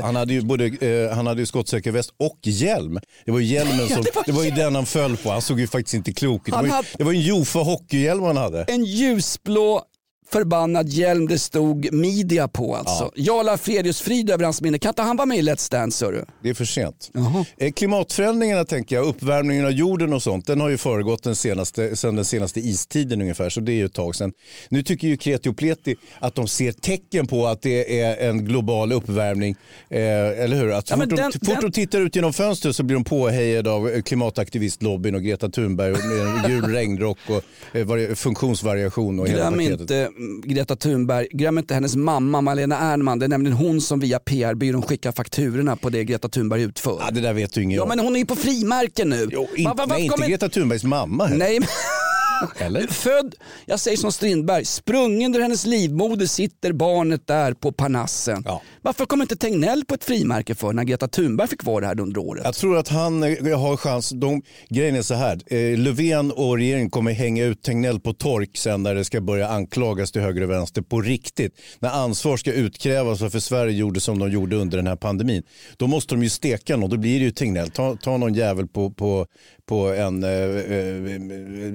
Han hade ju skottsäker väst och hjälm. Det var ju hjälmen som det var ju den han föll på. Han såg ju faktiskt inte klok ut. Det var en Jofa hockeyhjälm han hade. En ljusblå förbannad hjälm det stod media på alltså. Jarl Alfredius, frid över hans minne. Kan inte han vara med i Let's Dance, hör du? Det är för sent. Klimatförändringarna tänker jag, uppvärmningen av jorden och sånt, den har ju föregått sedan den senaste istiden ungefär, så det är ju ett tag sedan. Nu tycker ju Kreti och Pleti att de ser tecken på att det är en global uppvärmning, eller hur? Att fort de tittar ut genom fönstret så blir de påhejade av klimataktivistlobbyn och Greta Thunberg med en gul regnrock och funktionsvariation och hela paketet. Greta Thunberg, glöm inte hennes mamma Malena Ernman. Det är nämligen hon som via PR-byrån skickar fakturorna på det Greta Thunberg utför. Ja, det där vet du inget om. Men hon är ju på frimärken nu. Jo, inte Greta Thunbergs mamma här. Nej, men eller? Född, jag säger som Strindberg, sprungen ur hennes livmoder sitter barnet där på Parnassen. Varför kom inte Tegnell på ett frimärke för när Greta Thunberg fick vara det här under året? Jag tror att han har chans. Grejen är så här, Löfven och regeringen kommer hänga ut Tegnell på tork sen när det ska börja anklagas till höger och vänster på riktigt. När ansvar ska utkrävas för Sverige gjorde som de gjorde under den här pandemin. Då måste de ju steka någon, då blir det ju Tegnell. Ta någon jävel på en myndighet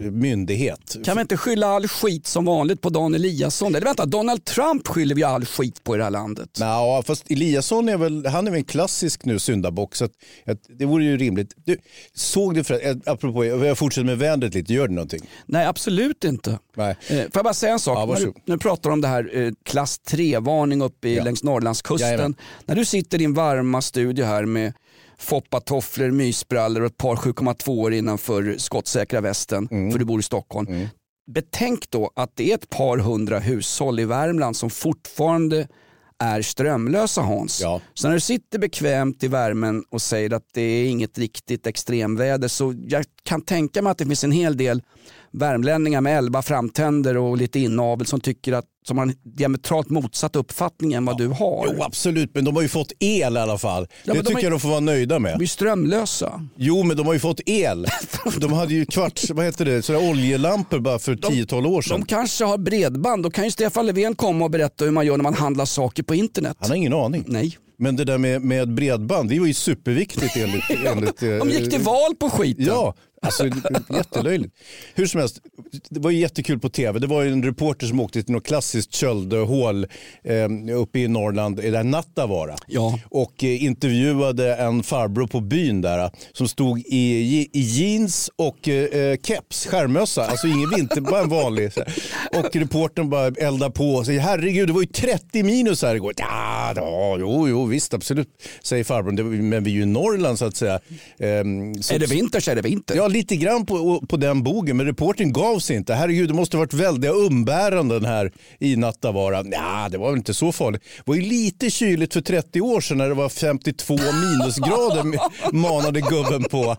nödvändighet. Kan vi inte skylla all skit som vanligt på Dan Eliasson? Eller vänta, Donald Trump skyller vi all skit på i det här landet. Nej, fast Eliasson är väl en klassisk nu syndabock, så att det vore ju rimligt. Du, såg du apropå, jag fortsätter med vädret lite, gör det någonting? Nej, absolut inte. Nej. Får jag bara säga en sak? När du pratar om det här klass 3-varning uppe längs Norrlandskusten. Jajamän. När du sitter i din varma studio här med foppatofflor, mysbrallor och ett par 7,2 år innanför skottsäkra västen, för du bor i Stockholm. Betänk då att det är ett par 100 hushåll i Värmland som fortfarande är strömlösa, Hans. Ja. Så när du sitter bekvämt i värmen och säger att det är inget riktigt extremväder, så jag kan tänka mig att det finns en hel del värmlänningar med 11 framtänder och lite inavel som tycker att som har en diametralt motsatt uppfattning än vad du har. Jo, absolut, men de har ju fått el i alla fall. Ja, det tycker jag de får vara nöjda med. De är strömlösa. Jo, men de har ju fått el. De hade ju sådär oljelampor bara för 10-12 år sedan. De kanske har bredband. Då kan ju Stefan Löfven komma och berätta hur man gör när man handlar saker på internet. Han har ingen aning. Nej. Men det där med bredband, det var ju superviktigt enligt de gick till val på skiten. Ja, alltså jättelöjligt. Hur som helst, det var ju jättekul på tv. Det var ju en reporter som åkte till något klassiskt köldhål uppe i Norrland, där Nattavaara. Ja. Och intervjuade en farbror på byn där som stod i jeans och keps, skärmössa. Alltså ingen vinter, bara en vanlig. Och reportern bara eldade på och säger, herregud, det var ju 30 minus här igår. Ja, jo, visst, absolut, säger farbrorn. Men vi är ju i Norrland så att säga. Är det vinter så är det vinter. Ja, lite grann på den bogen, men reporten gav sig inte. Herregud, det måste ha varit väldigt umbäranden här i Nattavaara. Ja, det var väl inte så farligt. Det var ju lite kyligt för 30 år sedan när det var 52 minusgrader manade gubben på.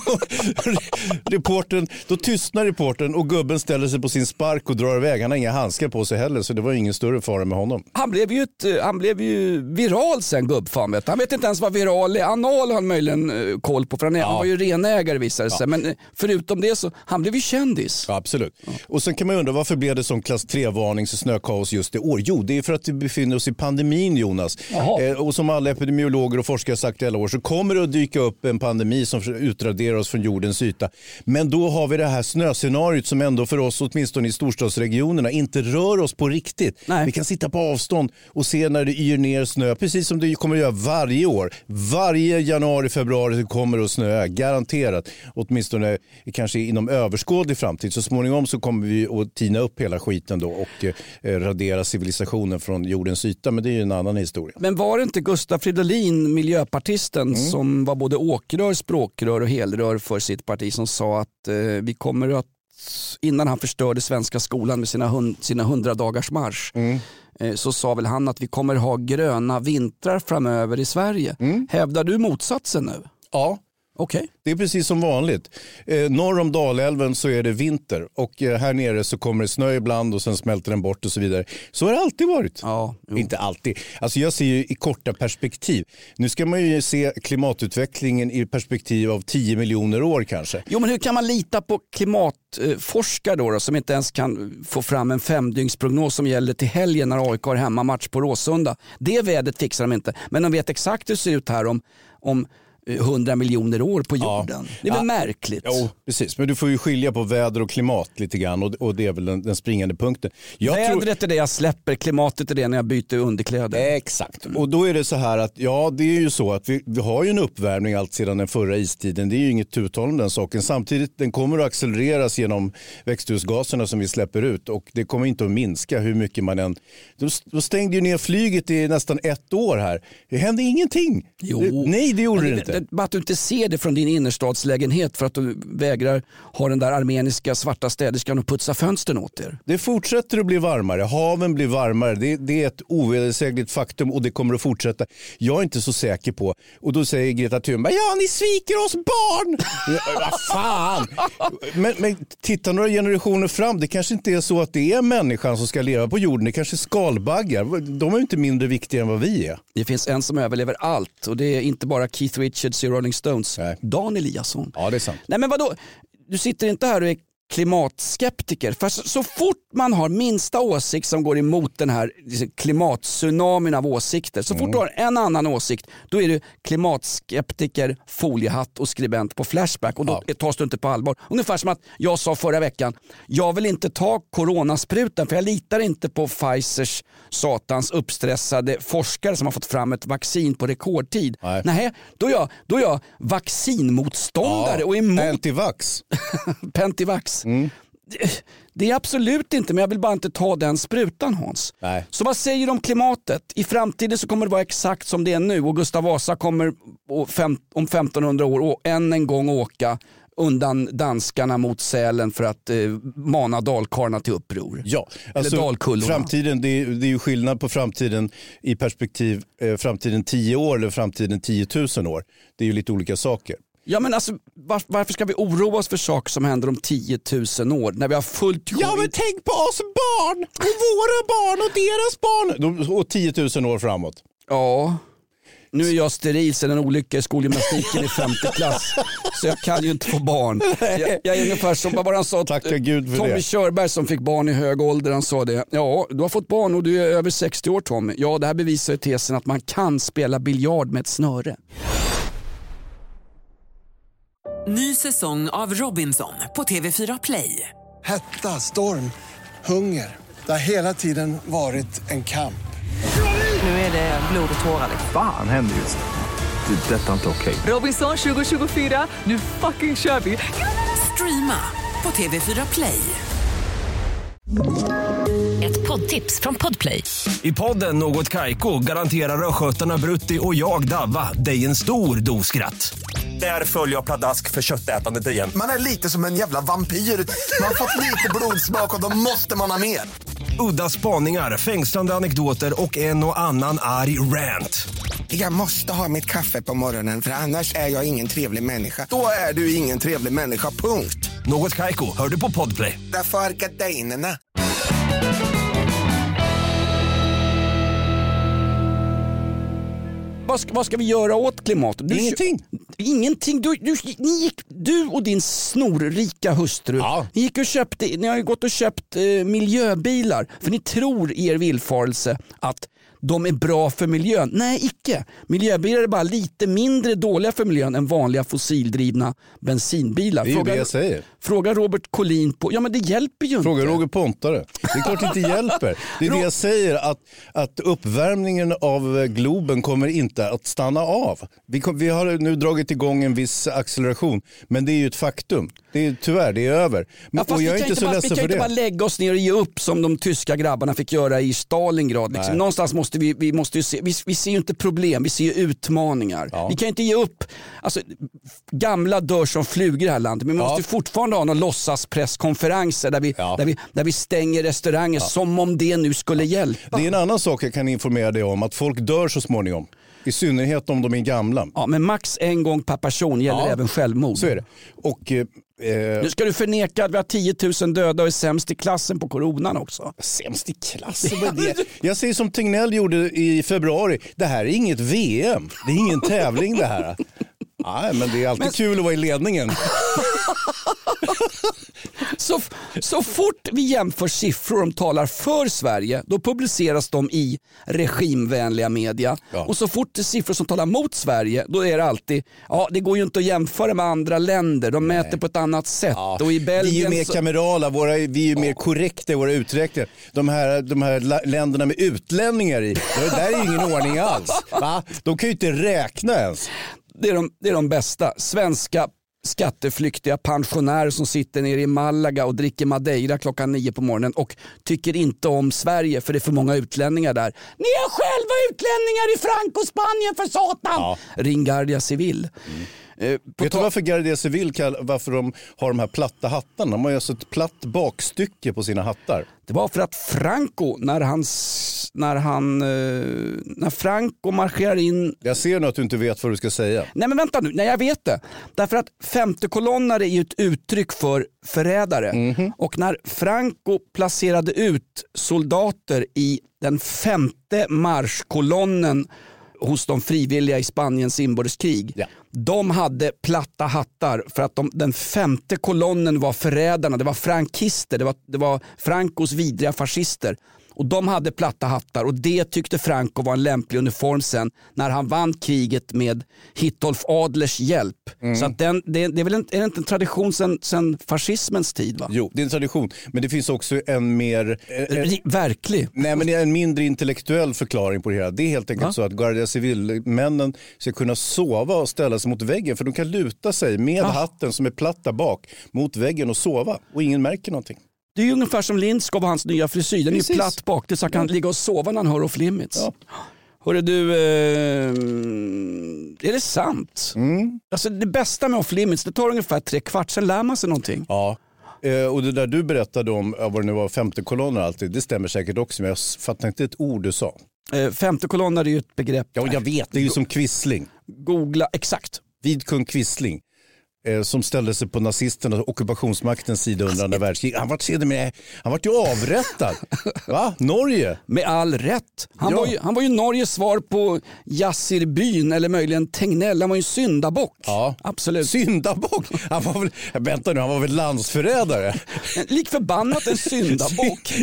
Då tystnar reporten och gubben ställer sig på sin spark och drar iväg. Han har inga handskar på sig heller, så det var ingen större fara med honom. Han blev ju viral sen, gubbfan. Han vet inte ens vad viral är. Anal har han möjligen koll på, för han var ju renägare visade sig. Men förutom det så, han blev ju kändis. Ja, absolut. Ja. Och sen kan man undra, varför blev det som klass 3-varnings och snökaos just i år? Jo, det är för att vi befinner oss i pandemin, Jonas. Och som alla epidemiologer och forskare har sagt i alla år, så kommer det att dyka upp en pandemi som utraderar oss från jordens yta. Men då har vi det här snöscenariot som ändå för oss, åtminstone i storstadsregionerna, inte rör oss på riktigt. Nej. Vi kan sitta på avstånd och se när det yr ner snö, precis som det kommer att göra varje år. Varje januari, februari kommer det att snöa, garanterat. Åtminstone kanske inom överskådlig framtid. Så småningom så kommer vi att tina upp hela skiten då och radera civilisationen från jordens yta. Men det är ju en annan historia. Men var det inte Gustaf Fridolin, miljöpartisten, som var både åkrör, språkrör och helrör för sitt parti, som sa att vi kommer att, innan han förstörde svenska skolan med sina 100 dagars marsch, så sa väl han att vi kommer ha gröna vintrar framöver i Sverige. Hävdar du motsatsen nu? Ja. Okay. Det är precis som vanligt. Norr om Dalälven så är det vinter och här nere så kommer det snö ibland och sen smälter den bort och så vidare. Så har det alltid varit. Ja, inte alltid. Alltså jag ser ju i korta perspektiv. Nu ska man ju se klimatutvecklingen i perspektiv av 10 miljoner år kanske. Jo, men hur kan man lita på klimatforskare då som inte ens kan få fram en 5-dygnsprognos som gäller till helgen när AIK har hemmamatch på Råsunda? Det vädret fixar de inte. Men de vet exakt hur det ser ut här om 100 miljoner år på jorden. Ja. Det är väl märkligt. Jo, precis. Men du får ju skilja på väder och klimat lite grann och det är väl den springande punkten. Vädret är det jag släpper, klimatet är det när jag byter underkläder. Exakt. Och då är det så här att det är ju så att vi har ju en uppvärmning allt sedan den förra istiden. Det är ju inget tutal om den saken. Samtidigt den kommer att accelereras genom växthusgaserna som vi släpper ut och det kommer inte att minska hur mycket man än... Då stängde ju ner flyget i nästan 1 år här. Det hände ingenting. Jo. Nej, det gjorde det inte. Bara att du inte ser det från din innerstadslägenhet för att du vägrar ha den där armeniska svarta städerskan och putsa fönstren åt er. Det fortsätter att bli varmare. Haven blir varmare. Det är ett ovedersägligt faktum och det kommer att fortsätta. Jag är inte så säker på. Och då säger Greta Thunberg, ni sviker oss barn! Vad fan! Men titta några generationer fram. Det kanske inte är så att det är människan som ska leva på jorden. Det kanske är skalbaggar. De är inte mindre viktiga än vad vi är. Det finns en som överlever allt och det är inte bara Keith Richards i Rolling Stones. Nej. Dan Eliasson. Ja, det är sant. Nej, men vadå? Du sitter inte här och är klimatskeptiker. För så fort man har minsta åsikt som går emot den här klimattsunamin av åsikter, så fort du har en annan åsikt, då är du klimatskeptiker, foliehatt och skribent på Flashback, och då tas du inte på allvar. Ungefär som att jag sa förra veckan, jag vill inte ta coronasprutan för jag litar inte på Pfizers satans uppstressade forskare som har fått fram ett vaccin på rekordtid. Nej, då är jag vaccinmotståndare och emot Pentivax. Det är absolut inte, men jag vill bara inte ta den sprutan, Hans. Nej. Så vad säger du om klimatet? I framtiden så kommer det vara exakt som det är nu, och Gustav Vasa kommer om 1500 år än en gång åka undan danskarna mot Sälen för att mana dalkarlarna till uppror. Ja, alltså framtiden, det är ju skillnad på framtiden i perspektiv framtiden 10 år eller framtiden 10 000 år. Det är ju lite olika saker. Ja, men alltså, varför ska vi oroa oss för saker som händer om 10 000 år när vi har fullt sjö? Ja, men tänk på oss barn och våra barn och deras barn och 10 000 år framåt. Ja, nu är jag steril sedan en olycka i skolgymnastiken i 5:e klass, så jag kan ju inte få barn. Jag är ungefär som vad han sa, tacka Gud för Tommy det. Körberg som fick barn i hög ålder, han sa det. Ja, du har fått barn och du är över 60 år, Tommy. Ja, det här bevisar ju tesen att man kan spela biljard med ett snöre. Ny säsong av Robinson på TV4 Play. Hetta, storm, hunger. Det har hela tiden varit en kamp. Nu är det blod och tårar. Fan händer just det. Det är detta inte okej. Robinson 2024, nu fucking kör vi. Streama på TV4 Play. Ett poddtips från Podplay. I podden Något Kaiko garanterar röskötarna Brutti och jag Davva dig en stor doskratt. Där följer jag pladask för köttätandet igen. Man är lite som en jävla vampyr. Man har fått lite blodsmak och då måste man ha mer. Udda spaningar, fängslande anekdoter och en och annan arg rant. Jag måste ha mitt kaffe på morgonen, för annars är jag ingen trevlig människa. Då är du ingen trevlig människa, punkt. Något Kaiko, hör du på Podplay. Därför är gardinerna. Vad ska vi göra åt klimatet? Ingenting. Du och din snorrika hustru, ni har ju gått och köpt miljöbilar, för ni tror i er villfarelse att de är bra för miljön. Nej, icke. Miljöbilar är bara lite mindre dåliga för miljön än vanliga fossildrivna bensinbilar. Det är ju det jag säger. Fråga Robert Collin på... Ja, men det hjälper ju inte. Fråga Roger Pontare. Det är klart det inte hjälper. Det är det jag säger, att uppvärmningen av globen kommer inte att stanna av. Vi har nu dragit igång en viss acceleration, men det är ju ett faktum. Tyvärr, det är över. Och jag är inte så ledsen för det. Vi kan inte bara lägga oss ner och ge upp som de tyska grabbarna fick göra i Stalingrad. Liksom. Någonstans måste vi måste ju se, vi ser ju inte problem, vi ser ju utmaningar. Ja. Vi kan inte ge upp. Alltså, gamla dör som flugor i det här landet, men vi måste fortfarande ha någon låtsaspresskonferenser där vi stänger restauranger som om det nu skulle hjälpa. Det är en annan sak jag kan informera dig om, att folk dör så småningom. I synnerhet om de är gamla. Ja, men max en gång per person gäller även självmord. Så är det. Och, nu ska du förneka att vi har 10 000 döda och är sämst i klassen på coronan också. Sämst i klassen? Jag säger som Tegnell gjorde i februari. Det här är inget VM. Det är ingen tävling det här. Nej, men det är alltid kul att vara i ledningen. Så fort vi jämför siffror de talar för Sverige, då publiceras de i regimvänliga media. Ja. Och så fort det är siffror som talar mot Sverige, då är det alltid, det går ju inte att jämföra med andra länder. De mäter på ett annat sätt. Ja. Och i Belgien, vi är ju mer kamerala, vi är ju mer korrekta i våra uträkningar. De här länderna med utlänningar i, det där är ju ingen ordning alls. Va? De kan ju inte räkna ens. Det är de bästa. Svenska skatteflyktiga pensionärer som sitter nere i Malaga och dricker Madeira klockan 9 på morgonen och tycker inte om Sverige för det är för många utlänningar där. Ni är själva utlänningar i Franco-Spanien, för satan! Ja. Ring Guardia Civil. Vet du varför Guardia Civil varför de har de här platta hattarna? De har ju alltså ett platt bakstycke på sina hattar. Det var för att Franco, när Franco marscherar in... Jag ser nu att du inte vet vad du ska säga. Nej, men vänta nu. Nej, jag vet det. Därför att femte kolonnare är ju ett uttryck för förrädare. Mm-hmm. Och när Franco placerade ut soldater i den femte marschkolonnen hos de frivilliga i Spaniens inbördeskrig. Ja. De hade platta hattar för att den femte kolonnen var förrädarna. Det var frankister, det var Francos vidriga fascister. Och de hade platta hattar och det tyckte Franco var en lämplig uniform sen när han vann kriget med Hitolf Adlers hjälp. Så att det är väl inte en tradition sen fascismens tid, va? Jo, det är en tradition. Men det finns också en mer... verklig? Nej, men det är en mindre intellektuell förklaring på det hela. Det är helt enkelt så att Guardia Civil-männen ska kunna sova och ställa sig mot väggen. För de kan luta sig med hatten som är platt där bak mot väggen och sova. Och ingen märker någonting. Det är ju ungefär som Lindskov och hans nya frisyr. Den är ju platt bak till så han kan ligga och sova när han hör Off Limits. Ja. Hörru du, är det sant? Alltså det bästa med Off Limits, det tar ungefär 3/4, sen lär man sig någonting. Ja, och det där du berättade om, vad det nu var, femte kolonner alltid, det stämmer säkert också, men jag fattar inte ett ord du sa. Femte kolonner är ju ett begrepp. Ja, jag vet, det är ju som Quisling. Googla, exakt. Vidkun Quisling. Som ställde sig på nazisterna och ockupationsmaktens sida under andra världskriget. Han var ju avrättad. Va? Norge? Med all rätt. Han var ju Norges svar på Yassir Byn eller möjligen Tegnell. Han var ju syndabock. Ja, absolut. Syndabock? Han var väl landsförrädare? Lik förbannat en syndabock.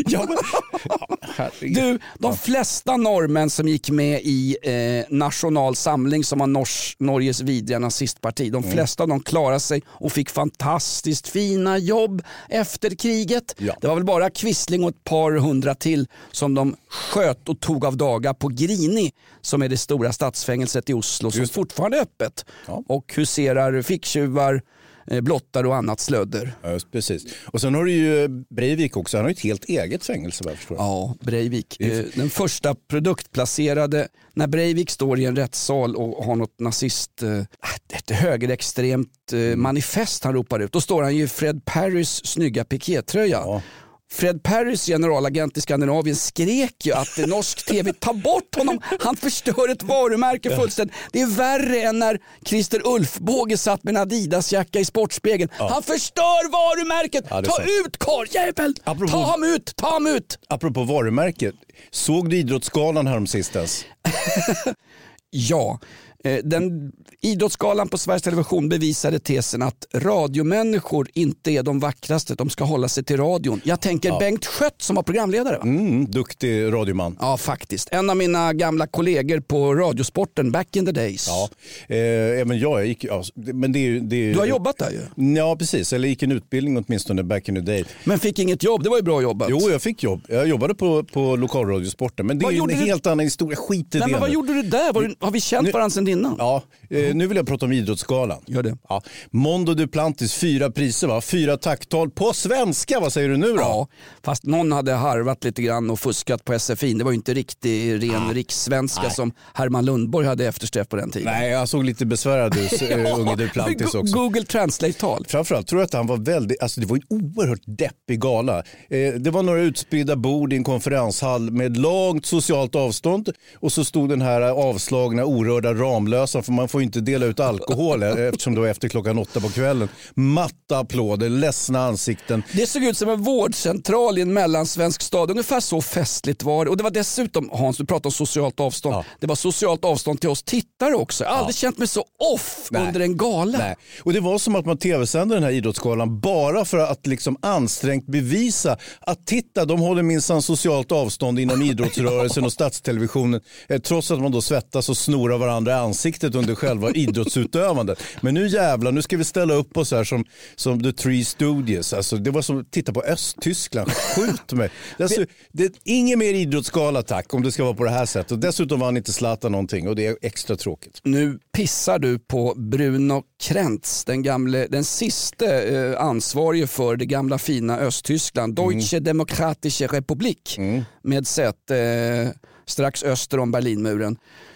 De flesta norrmän som gick med i National Samling som var Norges vidriga nazistparti. De flesta av dem klarade sig och fick fantastiskt fina jobb efter kriget. Ja. Det var väl bara Quisling och ett par hundra till som de sköt och tog av dagar på Grini som är det stora stadsfängelset i Oslo som fortfarande är öppet och huserar ficktjuvar, blottare och annat slödder. Ja, precis. Och sen har du ju Breivik också. Han har ju ett helt eget fängelse, vad jag förstår. Ja, Breivik. Den första produktplacerade, när Breivik står i en rättssal och har något ett högerextremt manifest han ropar ut. Då står han ju i Fred Perrys snygga pikétröja. Ja. Fred Perrys generalagent i Skandinavien skrek ju att norsk tv tar bort honom. Han förstör ett varumärke fullständigt. Det är värre än när Christer Ulfbåge satt med en Adidas-jacka i Sportspegeln. Ja. Han förstör varumärket. Ja, ta ut karljävel. Ta ham ut. Apropå varumärket. Såg du Idrottsgalan häromsistens? Ja. Den Idrottsgalan på Sveriges Television bevisade tesen att radiomänniskor inte är de vackraste, de ska hålla sig till radion. Jag tänker Bengt Schött som var programledare, va? Duktig radioman. Ja, faktiskt. En av mina gamla kollegor på Radiosporten back in the days. Ja, även jag gick, men det du har jobbat där ju. Ja, precis. Eller gick en utbildning åtminstone back in the day. Men fick inget jobb, det var ju bra jobbat. Jo, jag fick jobb. Jag jobbade på lokalradiosporten, men det är en helt annan historia. Skit i det. Men vad gjorde du där? Har vi känt varandra sedan innan? Ja, nu vill jag prata om Idrottsgalan. Gör det. Ja. Mondo Duplantis, 4 priser, va? 4 tacktal på svenska. Vad säger du nu då? Ja, fast någon hade harvat lite grann och fuskat på SFI. Det var ju inte riktigt ren rikssvenska som Herman Lundborg hade eftersträvat på den tiden. Nej, jag såg lite besvärad ut, unge Duplantis också. Google Translate-tal. Framförallt tror jag att han var väldigt, alltså det var en oerhört deppig gala. Det var några utspridda bord i en konferenshall med långt socialt avstånd och så stod den här avslagna, orörda, ramlösa, för man får ju inte dela ut alkohol eftersom det var efter 8:00 på kvällen. Matta applåder, ledsna ansikten. Det såg ut som en vårdcentral i en mellansvensk stad. Ungefär så festligt var det. Och det var dessutom, Hans, du pratade om socialt avstånd. Ja. Det var socialt avstånd till oss tittare också. Jag har aldrig känt mig så off under en gala. Nej. Och det var som att man tv-sände den här idrottsgalan bara för att liksom ansträngt bevisa att titta, de håller minsann socialt avstånd inom idrottsrörelsen och statstelevisionen. Trots att man då svettas och snorar varandra i ansiktet under själva idrottsutövandet. Men nu jävlar, nu ska vi ställa upp oss här som The Three Stooges. Alltså, det var som att titta på Östtyskland. Skjut mig. Alltså, det är ingen mer idrottsgala, tack, om det ska vara på det här sättet. Och dessutom vann inte Zlatan någonting och det är extra tråkigt. Nu pissar du på Bruno Krentz, den sista ansvarige för det gamla fina Östtyskland. Deutsche Demokratische Republik med säte strax öster om Berlinmuren.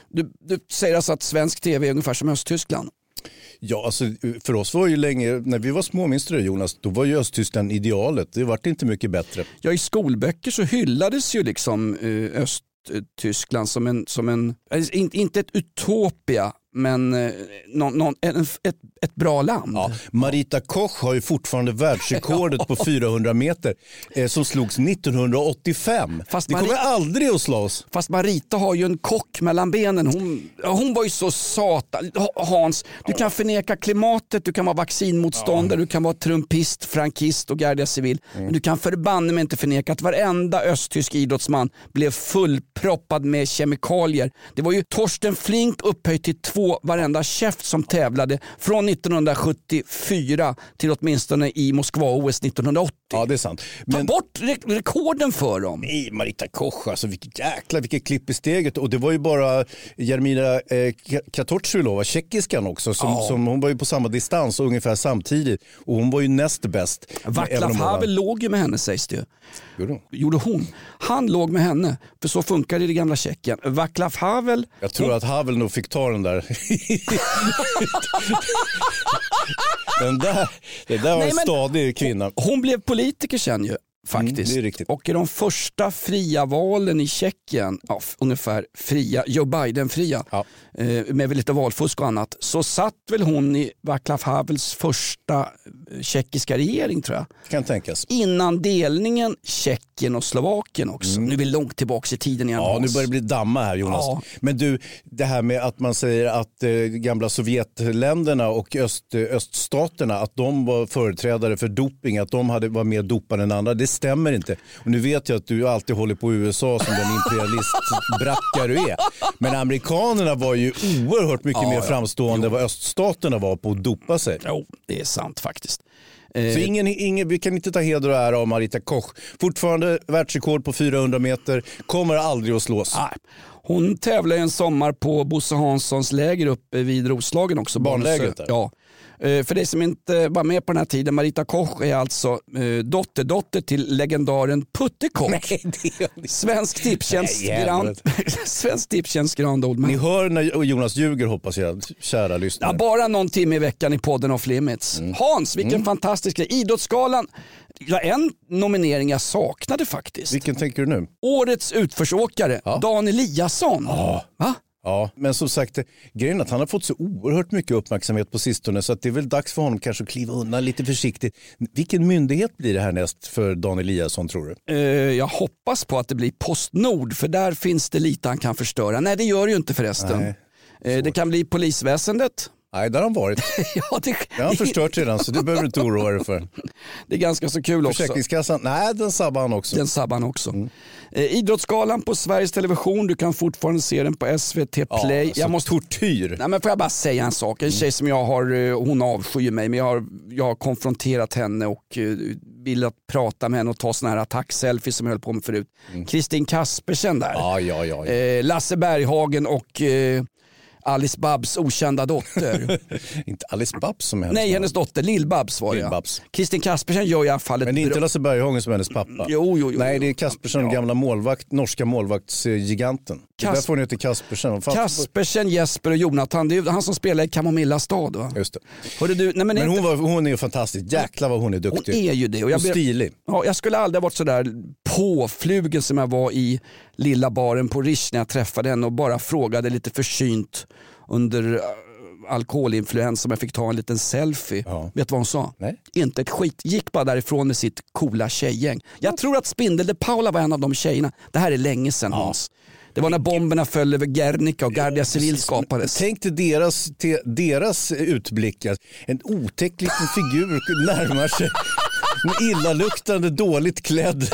Du säger alltså att svensk tv är ungefär som Östtyskland? Ja, alltså för oss var ju länge, när vi var små, minns du det, Jonas, då var ju Östtyskland idealet. Det var inte mycket bättre. Ja, i skolböcker så hyllades ju liksom Östtyskland som en inte ett utopia, men ett bra land. Ja, Marita Koch har ju fortfarande världsrekordet på 400 meter som slogs 1985. Det kommer aldrig att slås. Fast Marita har ju en kock mellan benen. Hon var ju så satan. Hans, du kan förneka klimatet, du kan vara vaccinmotståndare, du kan vara trumpist, frankist och Guardia Civil. Men du kan förbanne mig inte förneka att varenda östtysk idrottsman blev fullproppad med kemikalier. Det var ju Torsten Flink upphöjt till 2 varenda käft som tävlade från 1974 till åtminstone i Moskva-OS 1980. Ja, det är sant. Ta bort rekorden för dem. Nej, Marita Koch, alltså vilket klipp i steget. Och det var ju bara Jarmila Katorczylova, tjeckiskan också, som hon var ju på samma distans ungefär samtidigt. Och hon var ju näst bäst. Václav Havel låg ju med henne, sägs det. Gjorde hon? Han låg med henne, för så funkar det i det gamla Tjeckien. Václav Havel... Jag tror att Havel nog fick ta den där. det där var en stadig kvinna. Hon blev politiker sen ju. Faktiskt. Det är riktigt. Och i de första fria valen i Tjeckien, ungefär fria, Joe Biden-fria, med väl lite valfusk och annat, så satt väl hon i Václav Havels första tjeckiska regering, tror jag. Kan tänkas. Innan delningen Tjeckien och Slovakien också. Nu är vi långt tillbaka i tiden igen. Ja, nu börjar det bli damma här, Jonas. Ja. Men du, det här med att man säger att gamla Sovjetländerna och öststaterna, att de var företrädare för doping, att de var mer dopade än andra, det stämmer inte. Och nu vet jag att du alltid håller på USA som den imperialistbrackare du är. Men amerikanerna var ju oerhört mycket mer framstående än vad öststaterna var på att dopa sig. Jo, det är sant faktiskt. Så vi kan inte ta heder och ära av Marita Koch. Fortfarande världsrekord på 400 meter, kommer aldrig att slås. Nej. Hon tävlade en sommar på Bosse Hanssons läger uppe vid Roslagen också. Barnlägret där. Ja. För det som inte var med på den här tiden, Marita Koch är alltså dotter till legendaren Putte Koch. Svensk Tipstjänst Grand Old Man. Ni hör när Jonas ljuger, hoppas jag, kära lyssnare. Ja, bara någon timme i veckan i podden Off Limits. Hans, vilken fantastisk grej. Idrottsgalan. Ja, en nominering jag saknade faktiskt. Vilken tänker du nu? Årets utförsåkare, Dan Eliasson. Va? Ja, men som sagt, grejen är att han har fått så oerhört mycket uppmärksamhet på sistone, så att det är väl dags för honom kanske att kliva undan lite försiktigt. Vilken myndighet blir det här näst för Dan Eliasson, tror du? Jag hoppas på att det blir Postnord, för där finns det lite han kan förstöra. Nej, det gör det ju inte förresten. Det kan bli polisväsendet. Nej, där har han varit. Det har han förstört redan, så det behöver du inte oroa dig för. Det är ganska så kul också. Försäkringskassan, nej, den sabbar han också. Idrottsgalan på Sveriges Television, du kan fortfarande se den på SVT Play. Jag måste tortyr. Nej, men får jag bara säga en sak. En tjej som hon avskyr mig, men jag har konfronterat henne och vill prata med henne och ta såna här attack-selfies som jag höll på med förut. Kristin Kaspersen där. Ja. Lasse Berghagen och Alice Babs okända dotter. Inte Alice Babs som är hennes. Nej, hennes dotter, Lill-Babs var det. Kristin Kaspersen gör i alla fall ett... Men det är inte Lasse Berghagen som är hennes pappa. Jo. Nej, det är Kaspersen, gamla norska målvaktsgiganten. Där får ni heta Kaspersen. Kaspersen, Jesper och Jonathan, det är han som spelar i Kamomilla stad, va? Just det. Hörde du, nej, men hon är ju fantastisk. Jäklar vad hon är duktig. Hon är ju det. Och stilig. Ja, jag skulle aldrig ha varit så där påflugen som jag var i lilla baren på Rish när jag träffade henne och bara frågade lite försynt under alkoholinfluens som jag fick ta en liten selfie. Vet du vad hon sa? Nej. Inte ett skit. Gick bara därifrån med sitt coola tjejgäng. Jag tror att Spindel de Paula var en av de tjejerna. Det här är länge sedan, Hans. Det var när bomberna föll över Guernica och Guardia Civil skapades. Tänk dig deras utblickar. En otäck liten figur närmar sig. En illaluktande, dåligt klädd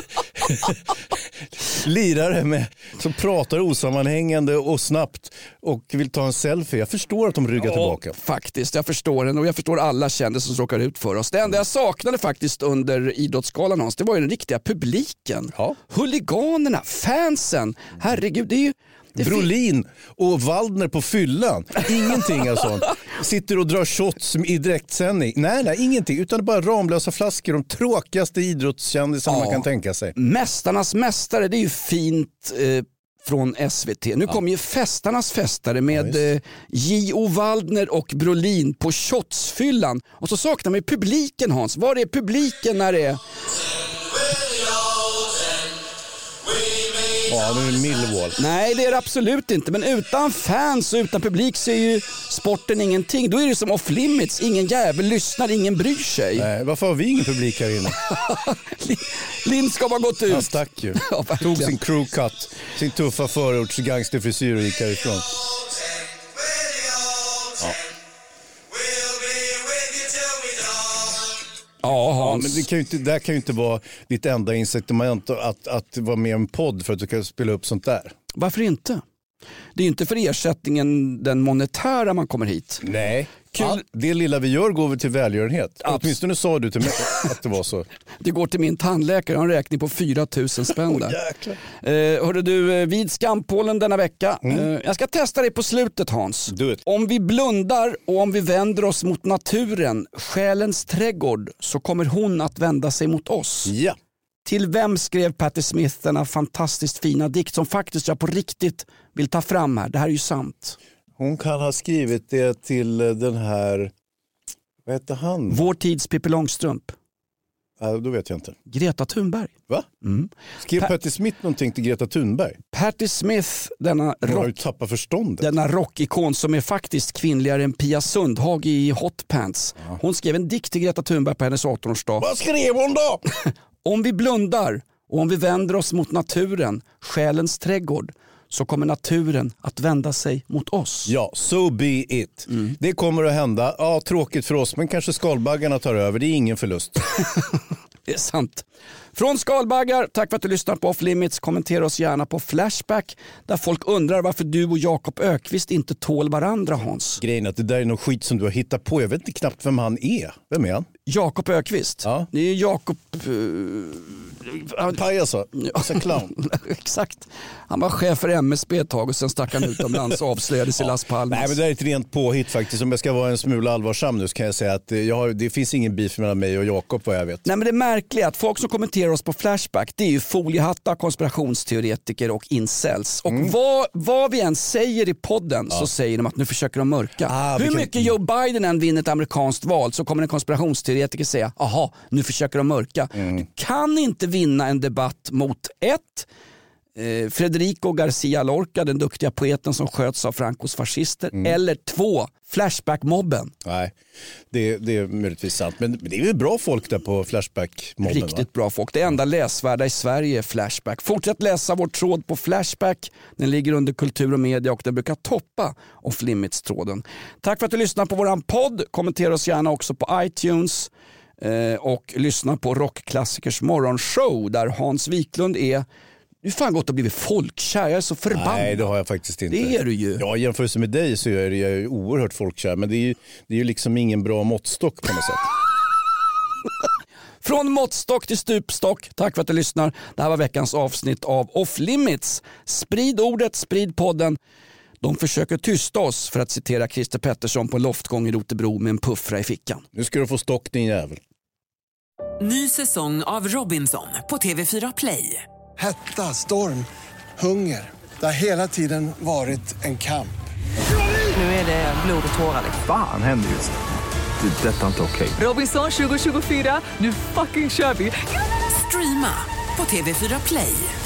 lirare som pratar osammanhängande och snabbt och vill ta en selfie. Jag förstår att de ryggar tillbaka. Faktiskt, jag förstår den och jag förstår alla kändisar som råkar ut för oss. Det enda jag saknade faktiskt under Idrottsgalan, Hans, det var ju den riktiga publiken. Huliganerna, fansen. Herregud, det är ju... Brolin och Waldner på fyllan. Ingenting av sånt. Sitter och drar shots i direktsändning. Nej, ingenting. Utan bara Ramlösa flaskor. De tråkigaste idrottskändisar man kan tänka sig. Mästarnas mästare, det är ju fint från SVT. Nu kommer ju Fästarnas festare med J.O. Waldner och Brolin på shotsfyllan. Och så saknar man ju publiken, Hans. Var är publiken när det är... Ja, nu är det Millwall. Nej, det är det absolut inte. Men utan fans och utan publik så är ju sporten ingenting. Då är det som off limits. Ingen jävel lyssnar, ingen bryr sig. Nej, varför har vi ingen publik här inne? Lindskov har gått ut. Han stack ju. Ja, tog sin crew cut, sin tuffa förorts gangsterfrisyr och gick härifrån. Ja. Ja, Hans. Men det kan ju inte vara ditt enda incitament att vara med i en podd för att du kan spela upp sånt där. Varför inte? Det är ju inte för ersättningen den monetära man kommer hit. Nej, det lilla vi gör går väl till välgörenhet. Åtminstone sa du till mig att det var så. Det går till min tandläkare, jag har en räkning på 4 000 spänn där. Hörde du, vid skampålen denna vecka. Jag ska testa dig på slutet, Hans. Om vi blundar och om vi vänder oss mot naturen, själens trädgård, så kommer hon att vända sig mot oss. Ja. Till vem skrev Patti Smith denna fantastiskt fina dikt som faktiskt jag på riktigt vill ta fram här? Det här är ju sant. Hon kan ha skrivit det till den här, vad heter han? Vår tids Pippi Långstrump. Då vet jag inte. Greta Thunberg. Va? Skrev Patti Smith någonting till Greta Thunberg? Patti Smith, denna rockikon som är faktiskt kvinnligare än Pia Sundhag i Hot Pants. Ja. Hon skrev en dikt till Greta Thunberg på hennes 18-årsdag. Vad skrev hon då? Om vi blundar och om vi vänder oss mot naturen, själens trädgård, så kommer naturen att vända sig mot oss. Ja, so be it. Det kommer att hända. Ja, tråkigt för oss, men kanske skalbaggarna tar över. Det är ingen förlust. Det är sant. Från skalbaggar, tack för att du lyssnar på Off Limits. Kommentera oss gärna på Flashback, där folk undrar varför du och Jakob Ökvist inte tål varandra, Hans. Grejen är att det där är någon skit som du har hittat på. Jag vet inte knappt vem han är. Vem är han? Jakob Ökvist. Ja. Det är Jakob... Pajas, alltså clown. Exakt. Han var chef för MSB ett tag och sen stack han utomlands och avslöjades i Las Palmas. Nej, men det är ett rent påhitt faktiskt. Om jag ska vara en smula allvarsam nu så kan jag säga att det finns ingen beef mellan mig och Jakob, vad jag vet. Nej, men det är märkligt att folk som kommenterar oss på Flashback, det är ju foliehattar, konspirationsteoretiker och incels. Och vad vi än säger i podden så säger de att nu försöker de mörka. Hur mycket Joe Biden än vinner ett amerikanskt val så kommer en konspirationsteoretiker säga, aha, nu försöker de mörka. Du kan inte vinna en debatt mot Federico Garcia Lorca, den duktiga poeten som sköts av Francos fascister, eller 2, Flashback-mobben. Nej, det är möjligtvis sant. Men det är ju bra folk där på Flashback-mobben. Riktigt bra folk. Det enda läsvärda i Sverige är Flashback. Fortsätt läsa vår tråd på Flashback. Den ligger under kultur och media och den brukar toppa Off Limits-tråden. Tack för att du lyssnar på våran podd. Kommentera oss gärna också på iTunes. Och lyssna på Rockklassikers morgonshow där Hans Wiklund är... Du fan gott att blivit folkkär, jag är så förbannad. Nej, det har jag faktiskt inte. Det är du ju. Ja, i jämförelse med dig så är jag oerhört folkkär. Men det är ju liksom ingen bra måttstock på något sätt. Från måttstock till stupstock. Tack för att du lyssnar. Det här var veckans avsnitt av Off Limits. Sprid ordet, sprid podden. De försöker tysta oss, för att citera Christer Pettersson på loftgång i Rotebro med en puffra i fickan. Nu ska du få stock, din jävel. Ny säsong av Robinson på TV4 Play. Hetta, storm, hunger. Det har hela tiden varit en kamp. Nu är det blod och tårar. Fan händer just det. Det är detta inte okej. Robinson 2024, nu fucking kör vi. Streama på TV4 Play.